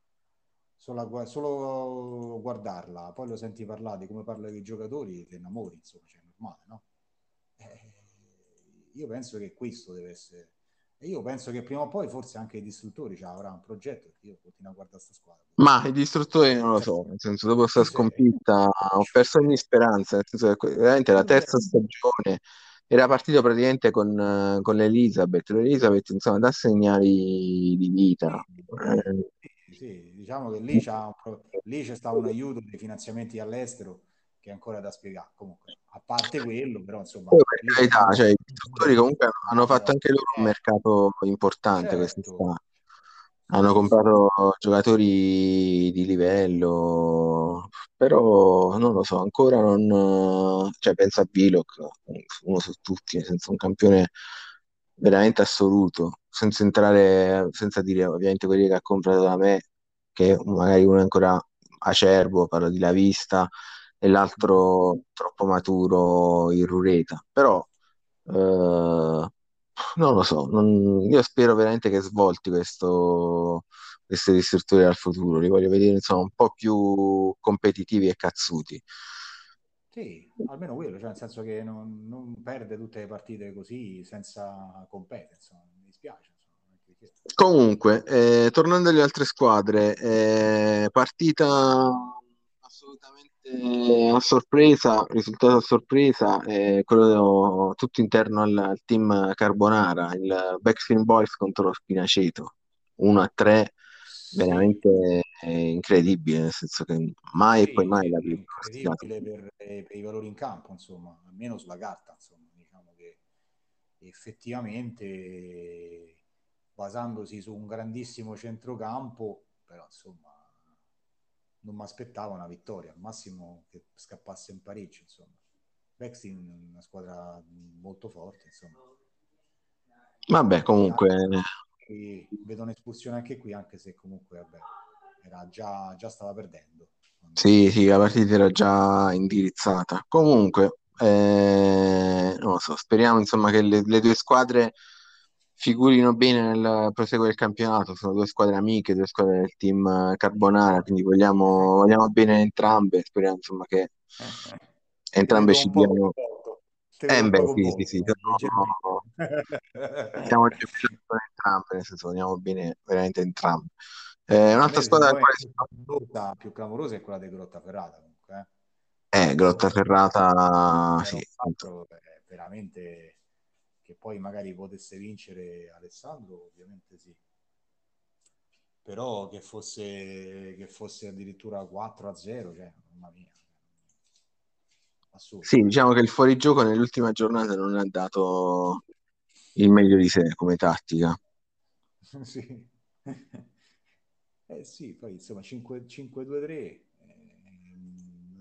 S3: solo guardarla, poi lo senti parlare di come parla dei giocatori, ti innamori, insomma, cioè, è normale, no? Eh, io penso che questo deve essere. E io penso che prima o poi forse anche i distruttori avrà un progetto, perché io continuo a guardare questa squadra.
S2: ma i distruttori non lo
S3: Cioè,
S2: so, nel senso dopo questa
S3: chi sei?
S2: sconfitta ho perso ogni speranza, nel senso che veramente la terza stagione era partito praticamente con l'Elizabeth, l'Elizabeth insomma dà segnali di vita.
S3: Sì,
S2: Eh,
S3: sì, diciamo che lì c'è stato un aiuto dei finanziamenti all'estero che è ancora da spiegare. Comunque, a parte quello, però insomma,
S2: Poi, per
S3: lì
S2: carità,
S3: parliamo
S2: cioè, i
S3: di
S2: costruttori comunque hanno fatto anche loro un
S3: eh,
S2: mercato importante
S3: certo,
S2: quest'estate. Hanno
S3: sì, sì,
S2: comprato giocatori di livello, però non lo so, ancora non. Cioè, penso a Willock, uno su tutti, nel senso un campione veramente assoluto, senza entrare, senza dire ovviamente quelli che ha comprato da me, che magari uno è ancora acerbo, parlo di La Vista, e l'altro troppo maturo in Rureta. Però non lo so, io spero veramente che svolti queste distrutture al futuro, li voglio vedere insomma un po' più competitivi e cazzuti.
S3: sì, almeno quello, cioè nel senso che non perde tutte le partite così senza competenza, mi dispiace, insomma, non è che dire.
S2: Comunque, tornando alle altre squadre, partita assolutamente a sorpresa, risultato a sorpresa, quello tutto interno al team Carbonara, il Backstreet Boys contro lo Spinaceto, 1-3,
S3: Sì,
S2: veramente incredibile, nel senso che mai e poi
S3: sì,
S2: mai
S3: sì,
S2: la
S3: sì,
S2: più pronosticato.
S3: incredibile per i valori in campo, insomma, almeno sulla carta, insomma, diciamo che effettivamente basandosi su un grandissimo centrocampo, però insomma non mi aspettavo una vittoria, al massimo che scappasse in pareggio, insomma. Bexin è una squadra molto forte, insomma.
S2: Vabbè,
S3: Peccato.
S2: comunque.
S3: Vedo un'espulsione anche qui, anche se comunque vabbè, era già stava perdendo.
S2: Sì, sì, la partita era già indirizzata. Comunque, non lo so, speriamo insomma che le due squadre figurino bene nel proseguo del campionato. Sono due squadre amiche, due squadre del team Carbonara, quindi vogliamo bene entrambe. Speriamo insomma che
S3: Ti
S2: entrambe
S3: vedo
S2: ci
S3: un po'
S2: diano.
S3: coinvolto. Ti vedo un po'
S2: Beh, sì, sì,
S3: coinvolto,
S2: sì,
S3: leggermente.
S2: stiamo gemellando con entrambe, nel senso vogliamo bene veramente entrambe.
S3: Per
S2: Un'altra
S3: me,
S2: squadra
S3: secondo
S2: al
S3: me,
S2: quale
S3: più clamorosa è quella di Grottaferrata, comunque.
S2: Grotta Ferrata, sì, appunto.
S3: 0-4 è veramente che poi magari potesse vincere Alessandro, ovviamente sì. Però che fosse addirittura 4-0, cioè, mamma mia, assurdo.
S2: Sì, diciamo che il fuorigioco nell'ultima giornata non ha dato il meglio di sé come tattica.
S3: Sì. Sì, poi insomma 5-2-3,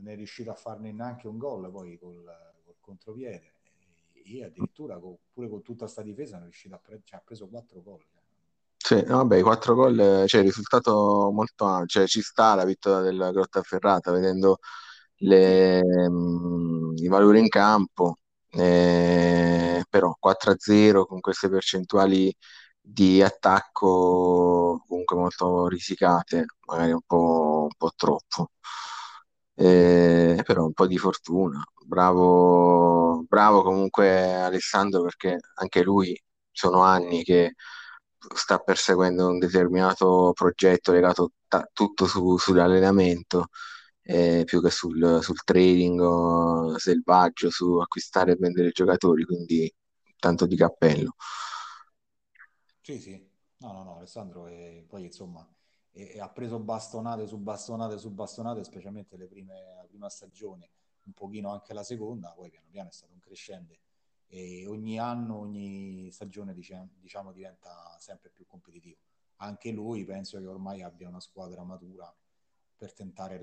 S3: non è riuscito a farne neanche un gol poi col contropiede, e addirittura pure con tutta sta difesa non è riuscito cioè, ha preso 4 gol.
S2: Sì, no, vabbè, i 4 gol, cioè il risultato molto, cioè ci sta la vittoria del Grottaferrata, vedendo
S3: Sì,
S2: i valori in campo, però 4-0 con queste percentuali di attacco comunque molto risicate, magari un po' troppo. Però un po' di fortuna. Bravo, bravo comunque Alessandro, perché anche lui sono anni che sta perseguendo un determinato progetto legato tutto sull'allenamento, più che sul trading selvaggio, su acquistare e vendere giocatori, quindi tanto di cappello.
S3: sì, sì. No, no, no, Alessandro poi insomma ha preso bastonate su bastonate su bastonate, specialmente la prima stagione, un pochino anche la seconda, poi piano piano è stato un crescente e ogni anno, ogni stagione diciamo diventa sempre più competitivo. Anche lui penso che ormai abbia una squadra matura per tentare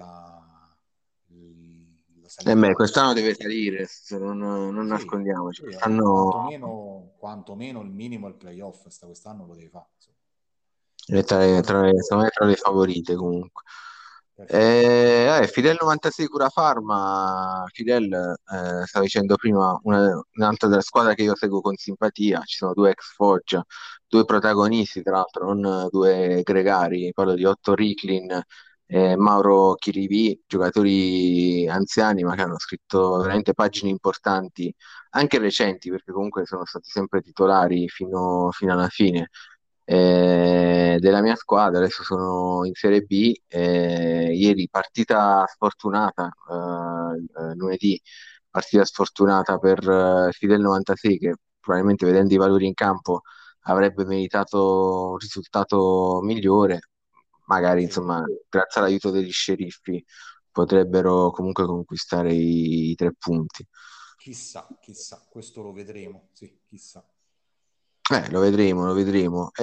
S3: la
S2: E
S3: salita
S2: beh,
S3: alta.
S2: quest'anno deve salire, non
S3: Sì,
S2: nascondiamoci.
S3: sì,
S2: Quest'anno
S3: quantomeno il minimo il playoff quest'anno lo devi fare. Insomma.
S2: è
S3: Quest'anno
S2: secondo me è tra le favorite comunque.
S3: perfetto.
S2: Fidel 96 Cura Pharma, Fidel, stava dicendo prima, un'altra della squadra che io seguo con simpatia, ci sono due ex Foggia, due protagonisti tra l'altro, non due gregari, parlo di Otto Ricklin e Mauro Chirivi, giocatori anziani ma che hanno scritto veramente pagine importanti, anche recenti, perché comunque sono stati sempre titolari fino alla fine della mia squadra. Adesso sono in Serie B. Ieri partita sfortunata, lunedì partita sfortunata per Fidel 96 che probabilmente vedendo i valori in campo avrebbe meritato un risultato migliore. Magari
S3: Sì,
S2: insomma, grazie all'aiuto degli sceriffi potrebbero comunque conquistare i 3 punti.
S3: chissà, chissà, questo lo vedremo, sì, chissà.
S2: Lo vedremo, lo vedremo.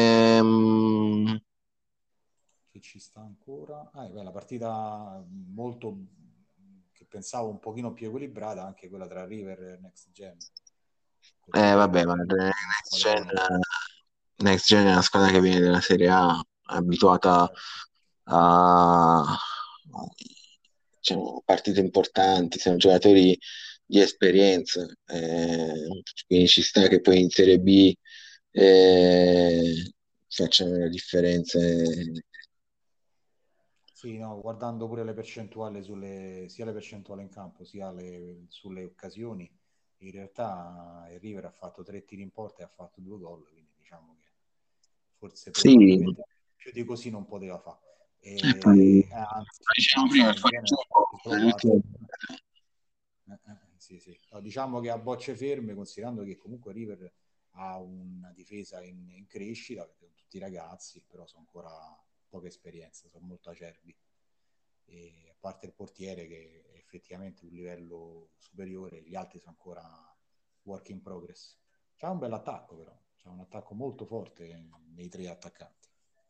S3: Chi ci sta ancora? Beh, la partita molto che pensavo un pochino più equilibrata, anche quella tra River e Next Gen, con River che
S2: Vabbè, ma
S3: è un squadrone.
S2: Next Gen è una squadra che viene dalla Serie A, abituata a diciamo, partite importanti, sono giocatori di esperienza, quindi ci sta che poi in Serie B facciano la differenza.
S3: Sì, no, guardando pure le percentuali sia le percentuali in campo sia sulle occasioni, in realtà il River ha fatto 3 tiri in porta e ha fatto 2 gol, quindi diciamo che forse
S2: Sì,
S3: probabilmente più di così non poteva fare.
S2: sì, poi, diciamo
S3: Anzi,
S2: prima, il
S3: nel genere
S2: fuorigioco
S3: solo
S2: nell'ultimo.
S3: 4. Sì, sì. No, diciamo che a bocce ferme, considerando che comunque River ha una difesa in crescita, perché sono tutti ragazzi, però sono ancora poca esperienza, sono molto acerbi. E a parte il portiere che è effettivamente un livello superiore, gli altri sono ancora work in progress. C'ha un bel attacco però, c'ha un attacco molto forte nei 3 attaccanti.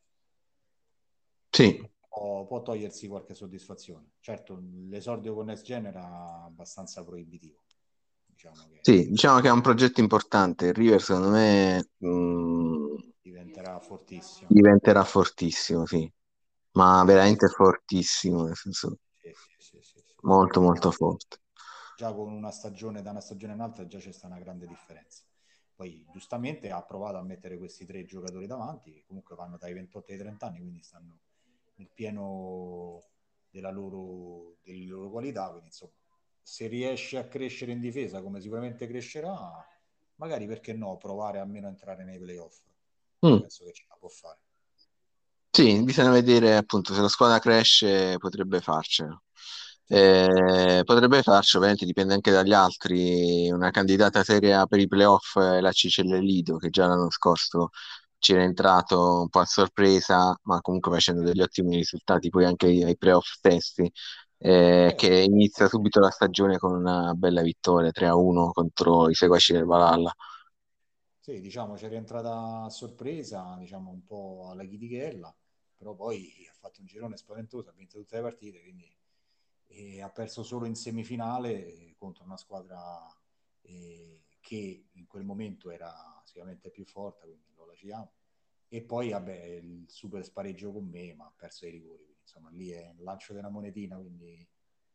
S2: Sì,
S3: Può togliersi qualche soddisfazione. Certo, l'esordio con Next Gen era abbastanza proibitivo. Diciamo che
S2: sì, diciamo che è un progetto importante. Il River, secondo me,
S3: diventerà fortissimo.
S2: diventerà fortissimo, sì, ma
S3: Sì, sì,
S2: veramente fortissimo, nel senso
S3: sì, sì, sì, sì, sì.
S2: molto molto
S3: Già,
S2: forte.
S3: già con una stagione, da una stagione all'altra, già c'è stata una grande differenza. Poi, giustamente, ha provato a mettere questi 3 giocatori davanti, che comunque vanno dai 28 ai 30 anni, quindi stanno nel pieno delle loro qualità. Quindi, insomma, se riesce a crescere in difesa, come sicuramente crescerà, magari perché no, provare almeno a entrare nei playoff.
S2: Mm.
S3: Penso che ce la può fare.
S2: Sì, bisogna vedere appunto se la squadra cresce potrebbe farcela.
S3: Sì, sì.
S2: Potrebbe farci, ovviamente dipende anche dagli altri. Una candidata seria per i playoff è la Cicelle Lido, che già l'anno scorso c'era entrato un po' a sorpresa, ma comunque facendo degli ottimi risultati poi anche ai playoff stessi, che inizia subito la stagione con una bella vittoria 3-1 contro i seguaci del Valhalla.
S3: Sì, diciamo, c'è rientrata a sorpresa, diciamo un po' alla chitichella, però poi ha fatto un girone spaventoso, ha vinto tutte le partite, quindi e ha perso solo in semifinale contro una squadra che in quel momento era sicuramente più forte, quindi lo lasciamo. E poi, vabbè, il super spareggio con me, ma ha perso i rigori. Quindi, insomma, lì è il lancio della monetina, quindi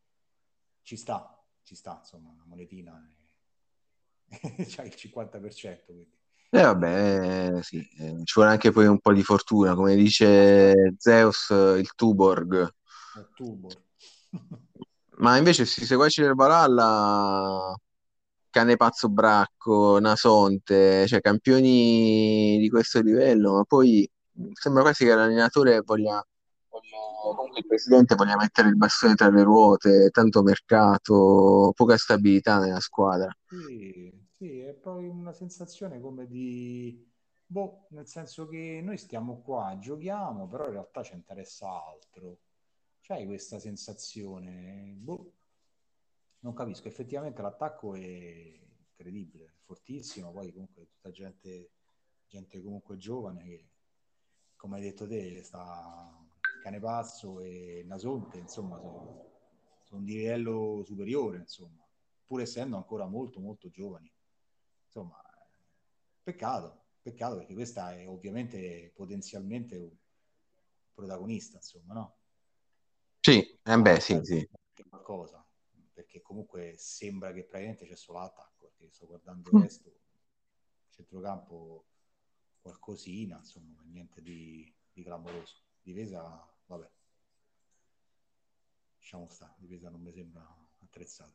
S3: ci sta, insomma, una monetina c'ha il 50%, quindi
S2: Vabbè, sì, ci vuole anche poi un po' di fortuna, come dice Zeus, il Tuborg.
S3: è Tubor.
S2: Ma invece questi seguaci del Valhalla, Cane Pazzo Bracco, Nasonte, cioè campioni di questo livello, ma poi sembra quasi che l'allenatore comunque il presidente voglia mettere il bastone tra le ruote, tanto mercato, poca stabilità nella squadra.
S3: Sì, sì, è poi una sensazione come di, boh, nel senso che noi stiamo qua, giochiamo, però in realtà ci interessa altro. C'hai questa sensazione, boh, non capisco, effettivamente l'attacco è incredibile, fortissimo, poi comunque tutta gente comunque giovane che, come hai detto te, sta Canepazzo e Nasonte, insomma, sono di livello superiore, insomma, pur essendo ancora molto molto giovani. Insomma, peccato perché questa è ovviamente potenzialmente un protagonista, insomma, no?
S2: Sì, beh,
S3: Ma
S2: sì,
S3: serve
S2: sì.
S3: anche qualcosa, perché comunque sembra che praticamente c'è solo l'attacco, perché sto guardando il
S2: Mm.
S3: resto, centrocampo qualcosina, insomma, ma niente di clamoroso. Difesa, vabbè, lasciamo stare, difesa non mi sembra attrezzata.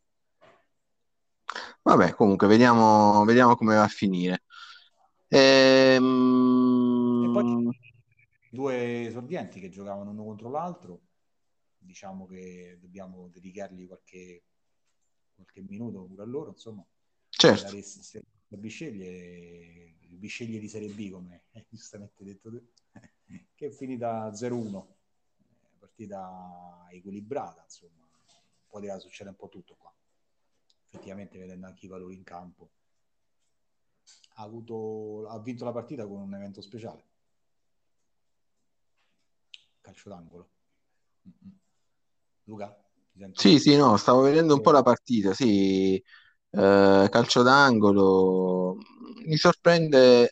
S2: Vabbè, comunque, vediamo come va a finire.
S3: E poi ci
S2: Ehm,
S3: sono due esordienti che giocavano uno contro l'altro, diciamo che dobbiamo dedicargli qualche minuto pure a loro, insomma,
S2: certo.
S3: il Bisceglie di Serie B, come hai giustamente detto tu, che è finita 0-1, partita equilibrata, insomma, poteva succedere un po' tutto qua. Effettivamente, vedendo anche i valori in campo, ha vinto la partita con un evento speciale, calcio d'angolo. Mm-mm. Luca, ti
S2: Sì,
S3: sento?
S2: sì, no, stavo vedendo un po' la partita, sì, calcio d'angolo. Mi sorprende,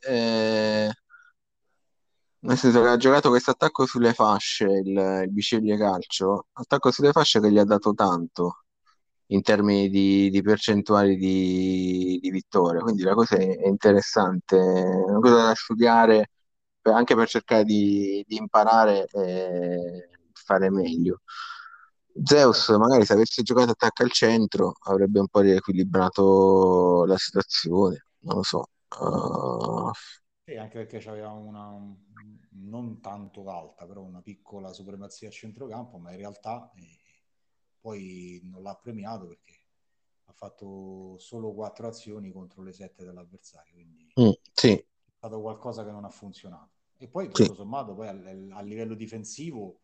S2: nel senso che ha giocato questo attacco sulle fasce, il Biceglie Calcio, attacco sulle fasce che gli ha dato tanto in termini di percentuali di vittoria, quindi la cosa è interessante, è una cosa da studiare anche per cercare di imparare e fare meglio. Zeus,
S3: Certo.
S2: magari se avesse giocato attacco al centro, avrebbe un po' riequilibrato la situazione, non lo so.
S3: Sì, anche perché c'aveva non tanto alta, però una piccola supremazia a centrocampo, ma in realtà poi non l'ha premiato perché ha fatto solo 4 azioni contro le 7 dell'avversario, quindi
S2: Sì,
S3: è stato qualcosa che non ha funzionato. E poi
S2: sì,
S3: tutto sommato, poi a livello difensivo,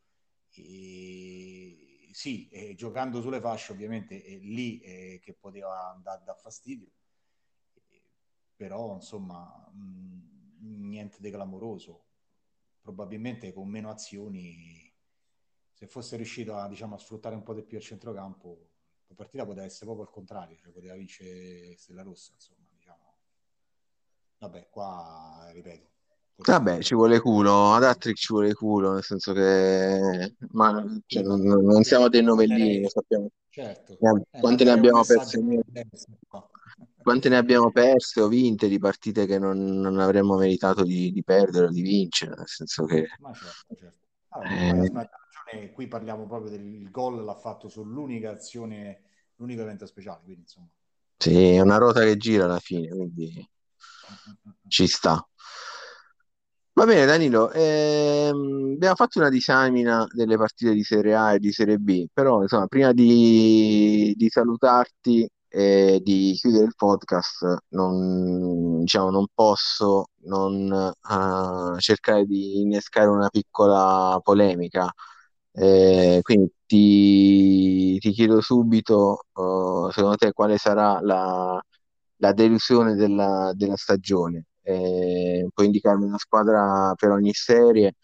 S3: sì, giocando sulle fasce ovviamente è lì che poteva andare a dar fastidio, però insomma niente di clamoroso. Probabilmente con meno azioni, se fosse riuscito a, diciamo, a sfruttare un po' di più il centrocampo, la partita poteva essere proprio al contrario, cioè poteva vincere Stella Rossa, insomma, diciamo. Vabbè, qua ripeto,
S2: vabbè, ci
S3: forse
S2: vuole culo, ad Attrick ci vuole culo, nel senso che ma, cioè,
S3: sì,
S2: non siamo dei novellini, lo
S3: manderei,
S2: sappiamo.
S3: certo,
S2: Quante ne
S3: manderei un
S2: abbiamo
S3: messaggio
S2: perse?
S3: alla prudenza, no?
S2: Quante ne abbiamo perse o vinte di partite che non avremmo meritato di perdere o di vincere, nel senso che
S3: Ma certo, certo. Vabbè, ma poi
S2: eh,
S3: no, hai ragione, qui parliamo proprio del gol, l'ha fatto sull'unica azione, l'unico evento speciale, quindi insomma,
S2: sì, è una ruota che gira alla fine, quindi
S3: mm, mm, mm, mm.
S2: ci sta. Va bene, Danilo, abbiamo fatto una disamina delle partite di Serie A e di Serie B, però insomma, prima di salutarti e di chiudere il podcast, diciamo, non posso non cercare di innescare una piccola polemica. Quindi ti chiedo subito, secondo te, quale sarà la delusione della stagione? Puoi indicarmi una squadra per ogni serie,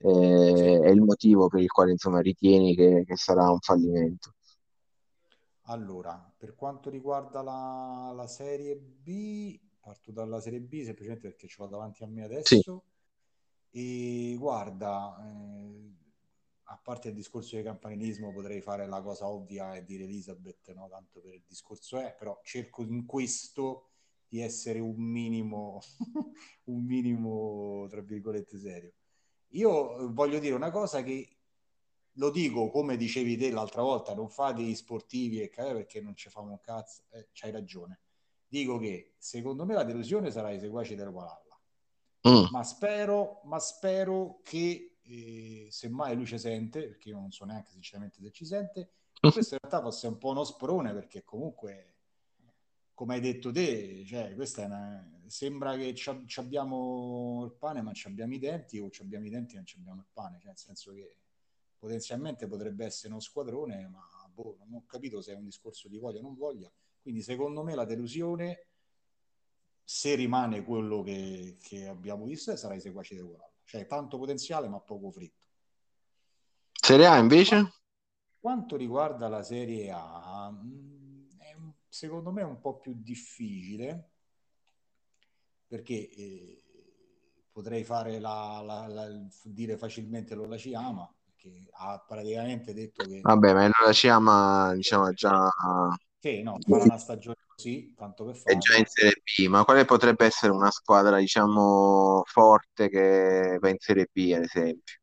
S3: Sì.
S2: è il motivo per il quale insomma ritieni che sarà un fallimento.
S3: Allora, per quanto riguarda la Serie B, parto dalla Serie B semplicemente perché ce l'ho davanti a me
S2: Sì.
S3: adesso. E guarda, a parte il discorso di campanilismo, potrei fare la cosa ovvia e dire Elizabeth, no? Tanto per il discorso però cerco in questo di essere un minimo, un minimo, tra virgolette, serio. Io voglio dire una cosa che lo dico come dicevi te l'altra volta, non fate gli sportivi e perché non ci famo un cazzo, c'hai ragione. Dico che secondo me la delusione sarà i seguaci del Valhalla,
S2: Mm.
S3: ma spero che semmai lui ci sente, perché io non so neanche sinceramente se ci sente, che questo in realtà fosse un po' uno sprone, perché comunque come hai detto te, cioè, sembra che ci abbiamo il pane ma ci abbiamo i denti, o ci abbiamo i denti e non ci abbiamo il pane, cioè, nel senso che potenzialmente potrebbe essere uno squadrone, ma boh, non ho capito se è un discorso di voglia o non voglia. Quindi secondo me la delusione, se rimane quello che abbiamo visto, sarà i seguaci del Guadalajara. Cioè tanto potenziale ma poco fritto.
S2: Serie A invece?
S3: Quanto riguarda la Serie A, secondo me è un po' più difficile perché potrei fare dire facilmente Lola ci ama, perché ha praticamente detto che
S2: Vabbè, ma allora ci ama, diciamo,
S3: sì, no, farà una stagione così, tanto per
S2: è già in
S3: farla.
S2: Serie B, ma quale potrebbe essere una squadra, diciamo, forte che va in Serie B, ad esempio?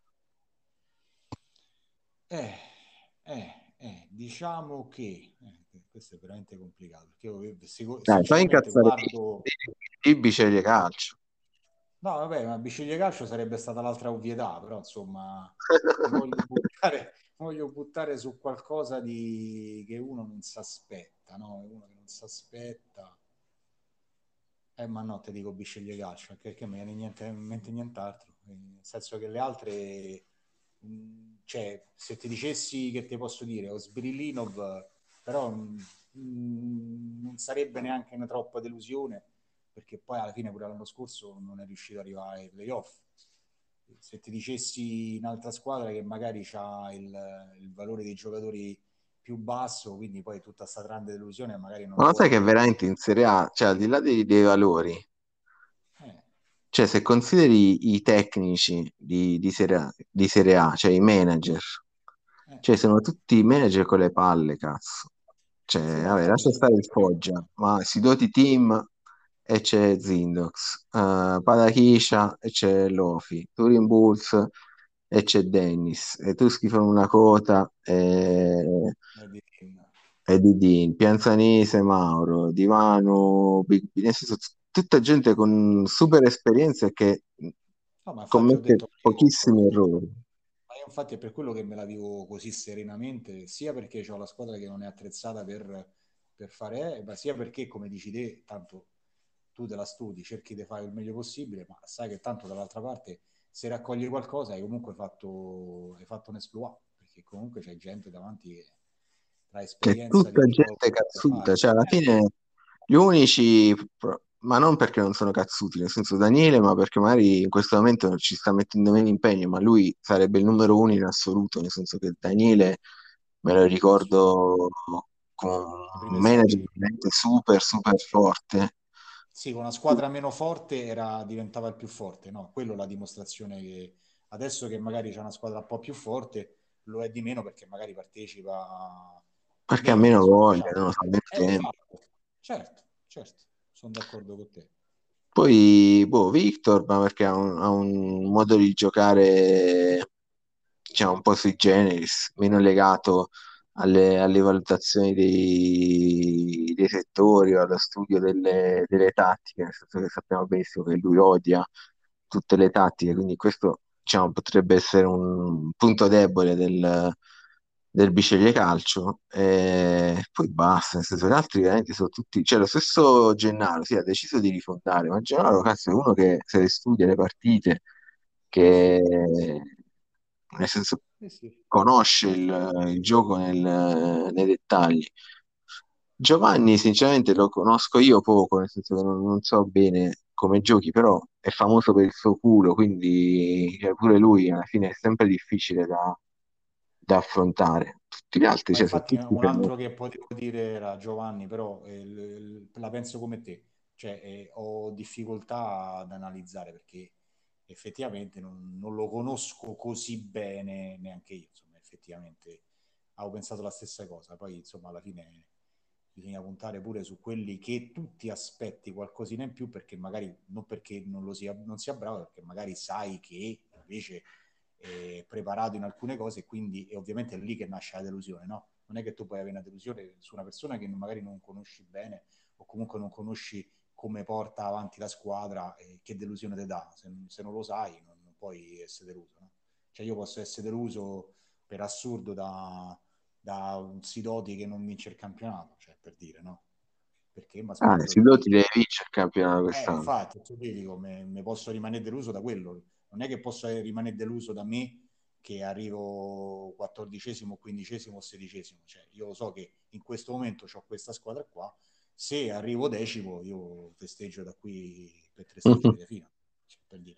S3: Eh, diciamo che questo è veramente complicato, perché io
S2: Dai, fai
S3: sinceramente
S2: incazzare
S3: guardo.
S2: il bice calcio.
S3: No, vabbè, ma Biciglie Calcio sarebbe stata l'altra ovvietà, però insomma mi voglio buttare su qualcosa che uno non si aspetta, no? Uno che non si aspetta. Ma no, te dico Biciglie Calcio, anche perché mi viene niente, in mente nient'altro. Nel senso che le altre, cioè, se ti dicessi che ti posso dire, o Sbrillinov, però non sarebbe neanche una troppa delusione, perché poi alla fine pure l'anno scorso non è riuscito ad arrivare ai playoff. Se ti dicessi un'altra squadra che magari ha il valore dei giocatori più basso, quindi poi tutta sta grande delusione magari non
S2: Ma lo sai
S3: vuoi
S2: che
S3: che.
S2: veramente in Serie A, cioè al di là dei valori,
S3: Eh,
S2: cioè se consideri i tecnici di Serie A, cioè i manager,
S3: eh.
S2: cioè sono tutti manager con le palle, cazzo.
S3: Sì,
S2: Cioè,
S3: no,
S2: vabbè,
S3: infatti
S2: lascia
S3: per
S2: stare il
S3: questo io.
S2: Foggia, ma Sidoti Team e c'è Zindox, Padakisha e c'è Lofi, Turin Bulls e c'è Dennis, e tu schifano una cota e Didin, Pianzanese, Mauro, Di Manu, nel senso, tutta gente con super esperienze che
S3: No, ma infatti ho
S2: commette
S3: detto,
S2: pochissimi errori.
S3: ma io infatti è per quello che me la vivo così serenamente, sia perché ho la squadra che non è attrezzata per fare, ma sia perché, come dici te, tanto tu te la studi, cerchi di fare il meglio possibile, ma sai che tanto dall'altra parte se raccogli qualcosa hai fatto un esploit, perché comunque c'è gente davanti che tra
S2: Che è
S3: esperienza di
S2: tutta
S3: quello
S2: gente
S3: che può
S2: cazzuta,
S3: fare.
S2: cioè alla fine gli unici, ma non perché non sono cazzuti, nel senso Daniele, ma perché magari in questo momento non ci sta mettendo meno impegno, ma lui sarebbe il numero uno in assoluto, nel senso che Daniele me lo
S3: Assolutamente.
S2: ricordo come
S3: Le
S2: un
S3: prime
S2: manager
S3: stagioni.
S2: veramente super, super forte.
S3: Sì, con una squadra meno forte diventava il più forte, no? Quello è la dimostrazione che adesso che magari c'è una squadra un po' più forte, lo è di meno perché magari partecipa
S2: Perché ha
S3: meno,
S2: meno
S3: insomma,
S2: voglia,
S3: diciamo.
S2: non lo so, meno tempo.
S3: Esatto, certo, certo, sono d'accordo con te.
S2: Poi, boh, Victor, ma perché ha un modo di giocare, diciamo, un po' sui generis, meno legato alle valutazioni dei settori o allo studio delle tattiche, nel senso che sappiamo benissimo che lui odia tutte le tattiche, quindi questo, diciamo, potrebbe essere un punto debole del Biceglie Calcio. E poi basta, nel senso che gli altri veramente sono tutti, cioè lo stesso Gennaro si ha deciso di rifondare, ma Gennaro cazzo, è uno che se le studia le partite,
S3: Sì, sì,
S2: che nel senso
S3: sì, sì.
S2: conosce il gioco nei dettagli. Giovanni, sinceramente, lo conosco io poco, nel senso che non so bene come giochi, però è famoso per il suo culo, quindi cioè, pure lui alla fine è sempre difficile da affrontare. Tutti gli altri,
S3: Ma
S2: cioè, sono
S3: infatti
S2: tutti
S3: un altro che potevo dire era Giovanni, però la penso come te, cioè ho difficoltà ad analizzare perché effettivamente non lo conosco così bene neanche io, insomma, effettivamente avevo pensato la stessa cosa, poi insomma alla fine bisogna puntare pure su quelli che tu ti aspetti qualcosina in più perché magari non perché non sia bravo, perché magari sai che invece preparato in alcune cose e quindi è ovviamente lì che nasce la delusione, no? Non è che tu puoi avere una delusione su una persona che magari non conosci bene o comunque non conosci come porta avanti la squadra e che delusione ti dà. Se non lo sai non puoi essere deluso, no? Cioè io posso essere deluso per assurdo da un Sidoti che non vince il campionato, cioè per dire, no? Perché mi
S2: Ah,
S3: aspetto da
S2: Sidoti
S3: lui.
S2: deve vincere il campionato quest'anno.
S3: Infatti, tu ti dico, me posso rimanere deluso da quello. Non è che posso rimanere deluso da me che arrivo 14esimo, 15esimo o 16esimo. Cioè, io so che in questo momento ho questa squadra qua. Se arrivo decimo, io festeggio da qui per 3 stagioni di fila. Cioè, per dire.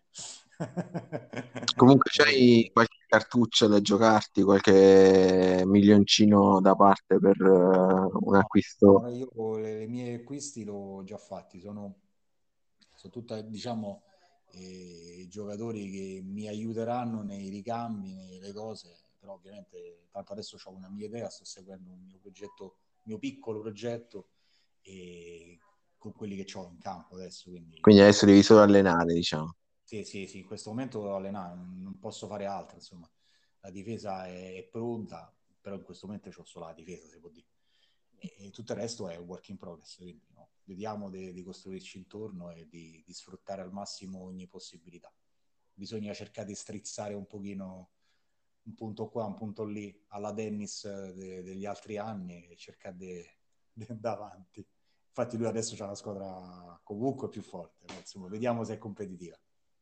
S2: Comunque
S3: Eh,
S2: c'hai qualche cartuccia da giocarti, qualche milioncino da parte per un acquisto?
S3: no, io le mie acquisti l'ho già fatti, sono tutti, diciamo, giocatori che mi aiuteranno nei ricambi, nelle cose, però ovviamente tanto adesso ho una mia idea, sto seguendo un mio progetto, un mio piccolo progetto e con quelli che ho in campo adesso, quindi
S2: Quindi adesso devi solo allenare, diciamo.
S3: sì, sì, sì, in questo momento devo allenare, non posso fare altro, insomma. La difesa è pronta, però in questo momento c'ho solo la difesa, si può dire. E tutto il resto è un work in progress, quindi no, vediamo di costruirci intorno e di sfruttare al massimo ogni possibilità. Bisogna cercare di strizzare un pochino un punto qua, un punto lì, alla Dennis degli altri anni e cercare di andare avanti. Infatti lui adesso c'ha una squadra comunque più forte, no? Insomma, vediamo se è competitiva.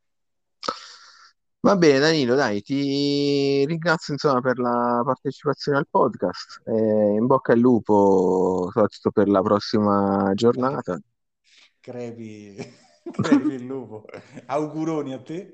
S2: Va bene, Danilo, dai, ti ringrazio insomma per la partecipazione al podcast. In bocca al lupo, soprattutto per la prossima giornata.
S3: Crepi, crepi il lupo. Auguroni a te.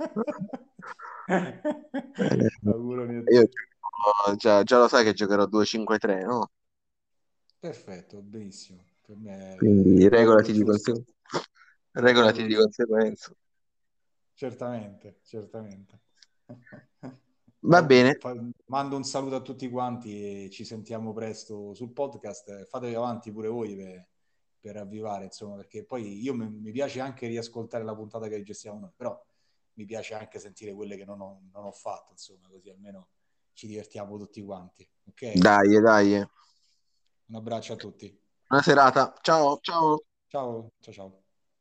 S3: Auguroni a
S2: Io
S3: te.
S2: già lo sai che giocherò 2-5-3, no?
S3: Perfetto, benissimo. Per me
S2: Quindi
S3: è l'altro giusto. È
S2: regolati
S3: l'altro
S2: di
S3: giusto.
S2: conseguenza.
S3: Certamente, certamente.
S2: Va
S3: Vabbè,
S2: bene,
S3: mando un saluto a tutti quanti e ci sentiamo presto sul podcast. Fatevi avanti pure voi per avvivare, insomma, perché poi mi piace anche riascoltare la puntata che gestiamo noi, però mi piace anche sentire quelle che non ho fatto, insomma, così almeno ci divertiamo tutti quanti. Ok?
S2: dai, dai.
S3: Un abbraccio a tutti.
S2: Buona serata. Ciao, ciao.
S3: Ciao, ciao, ciao.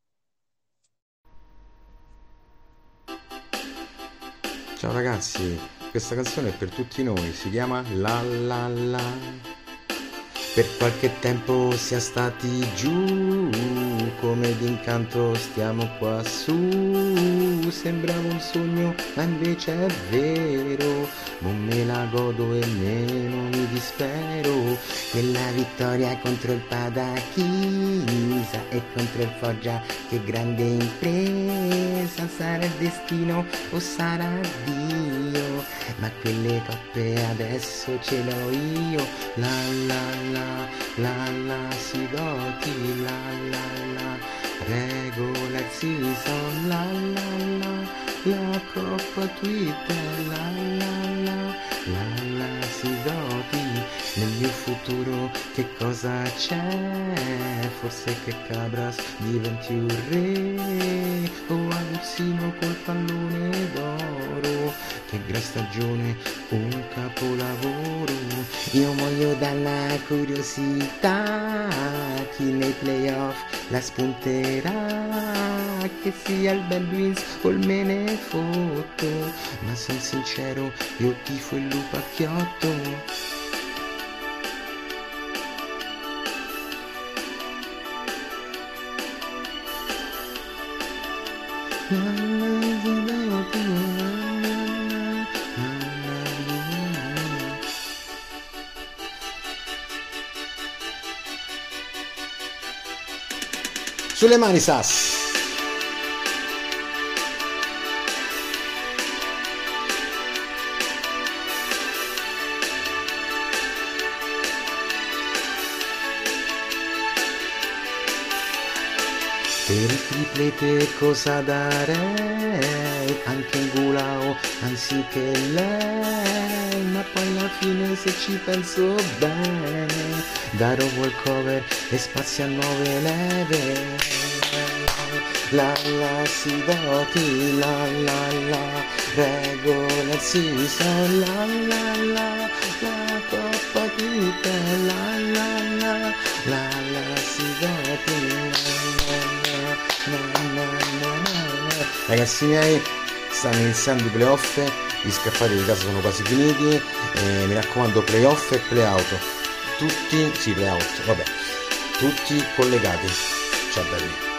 S4: Ciao ragazzi, questa canzone è per tutti noi, si chiama La La La. Per qualche tempo sia stati giù, come d'incanto stiamo qua su. Sembrava un sogno, ma invece è vero. Non me la godo e meno mi dispero. Quella vittoria contro il Padachisa e contro il Foggia, che grande impresa. Sarà il destino o sarà Dio, ma quelle coppe adesso ce l'ho io. La la la Sidoti, la regular season, la coppa Twitter, la Sidoti. Nel mio futuro che cosa c'è? Forse che Cabras diventi un re o Aguzzino col pallone d'oro. Che gran stagione, un capolavoro. Io muoio dalla curiosità, chi nei playoff la spunterà, che sia il Ben Wins o il Menefotto, ma son sincero, io tifo il lupacchiotto. Sulle mani, Sass! Per il triplete cosa darei? Anche in Gulao anziché lei. Ma poi alla fine se ci penso bene darò walkover e spazi a 9 leve. La si doti, la regular season, la coppa di te, la si doti, Ragazzi miei, stanno iniziando i playoff, gli scaffali di casa sono quasi finiti, mi raccomando playoff e playout, tutti, sì playout, vabbè, tutti collegati, ciao belli.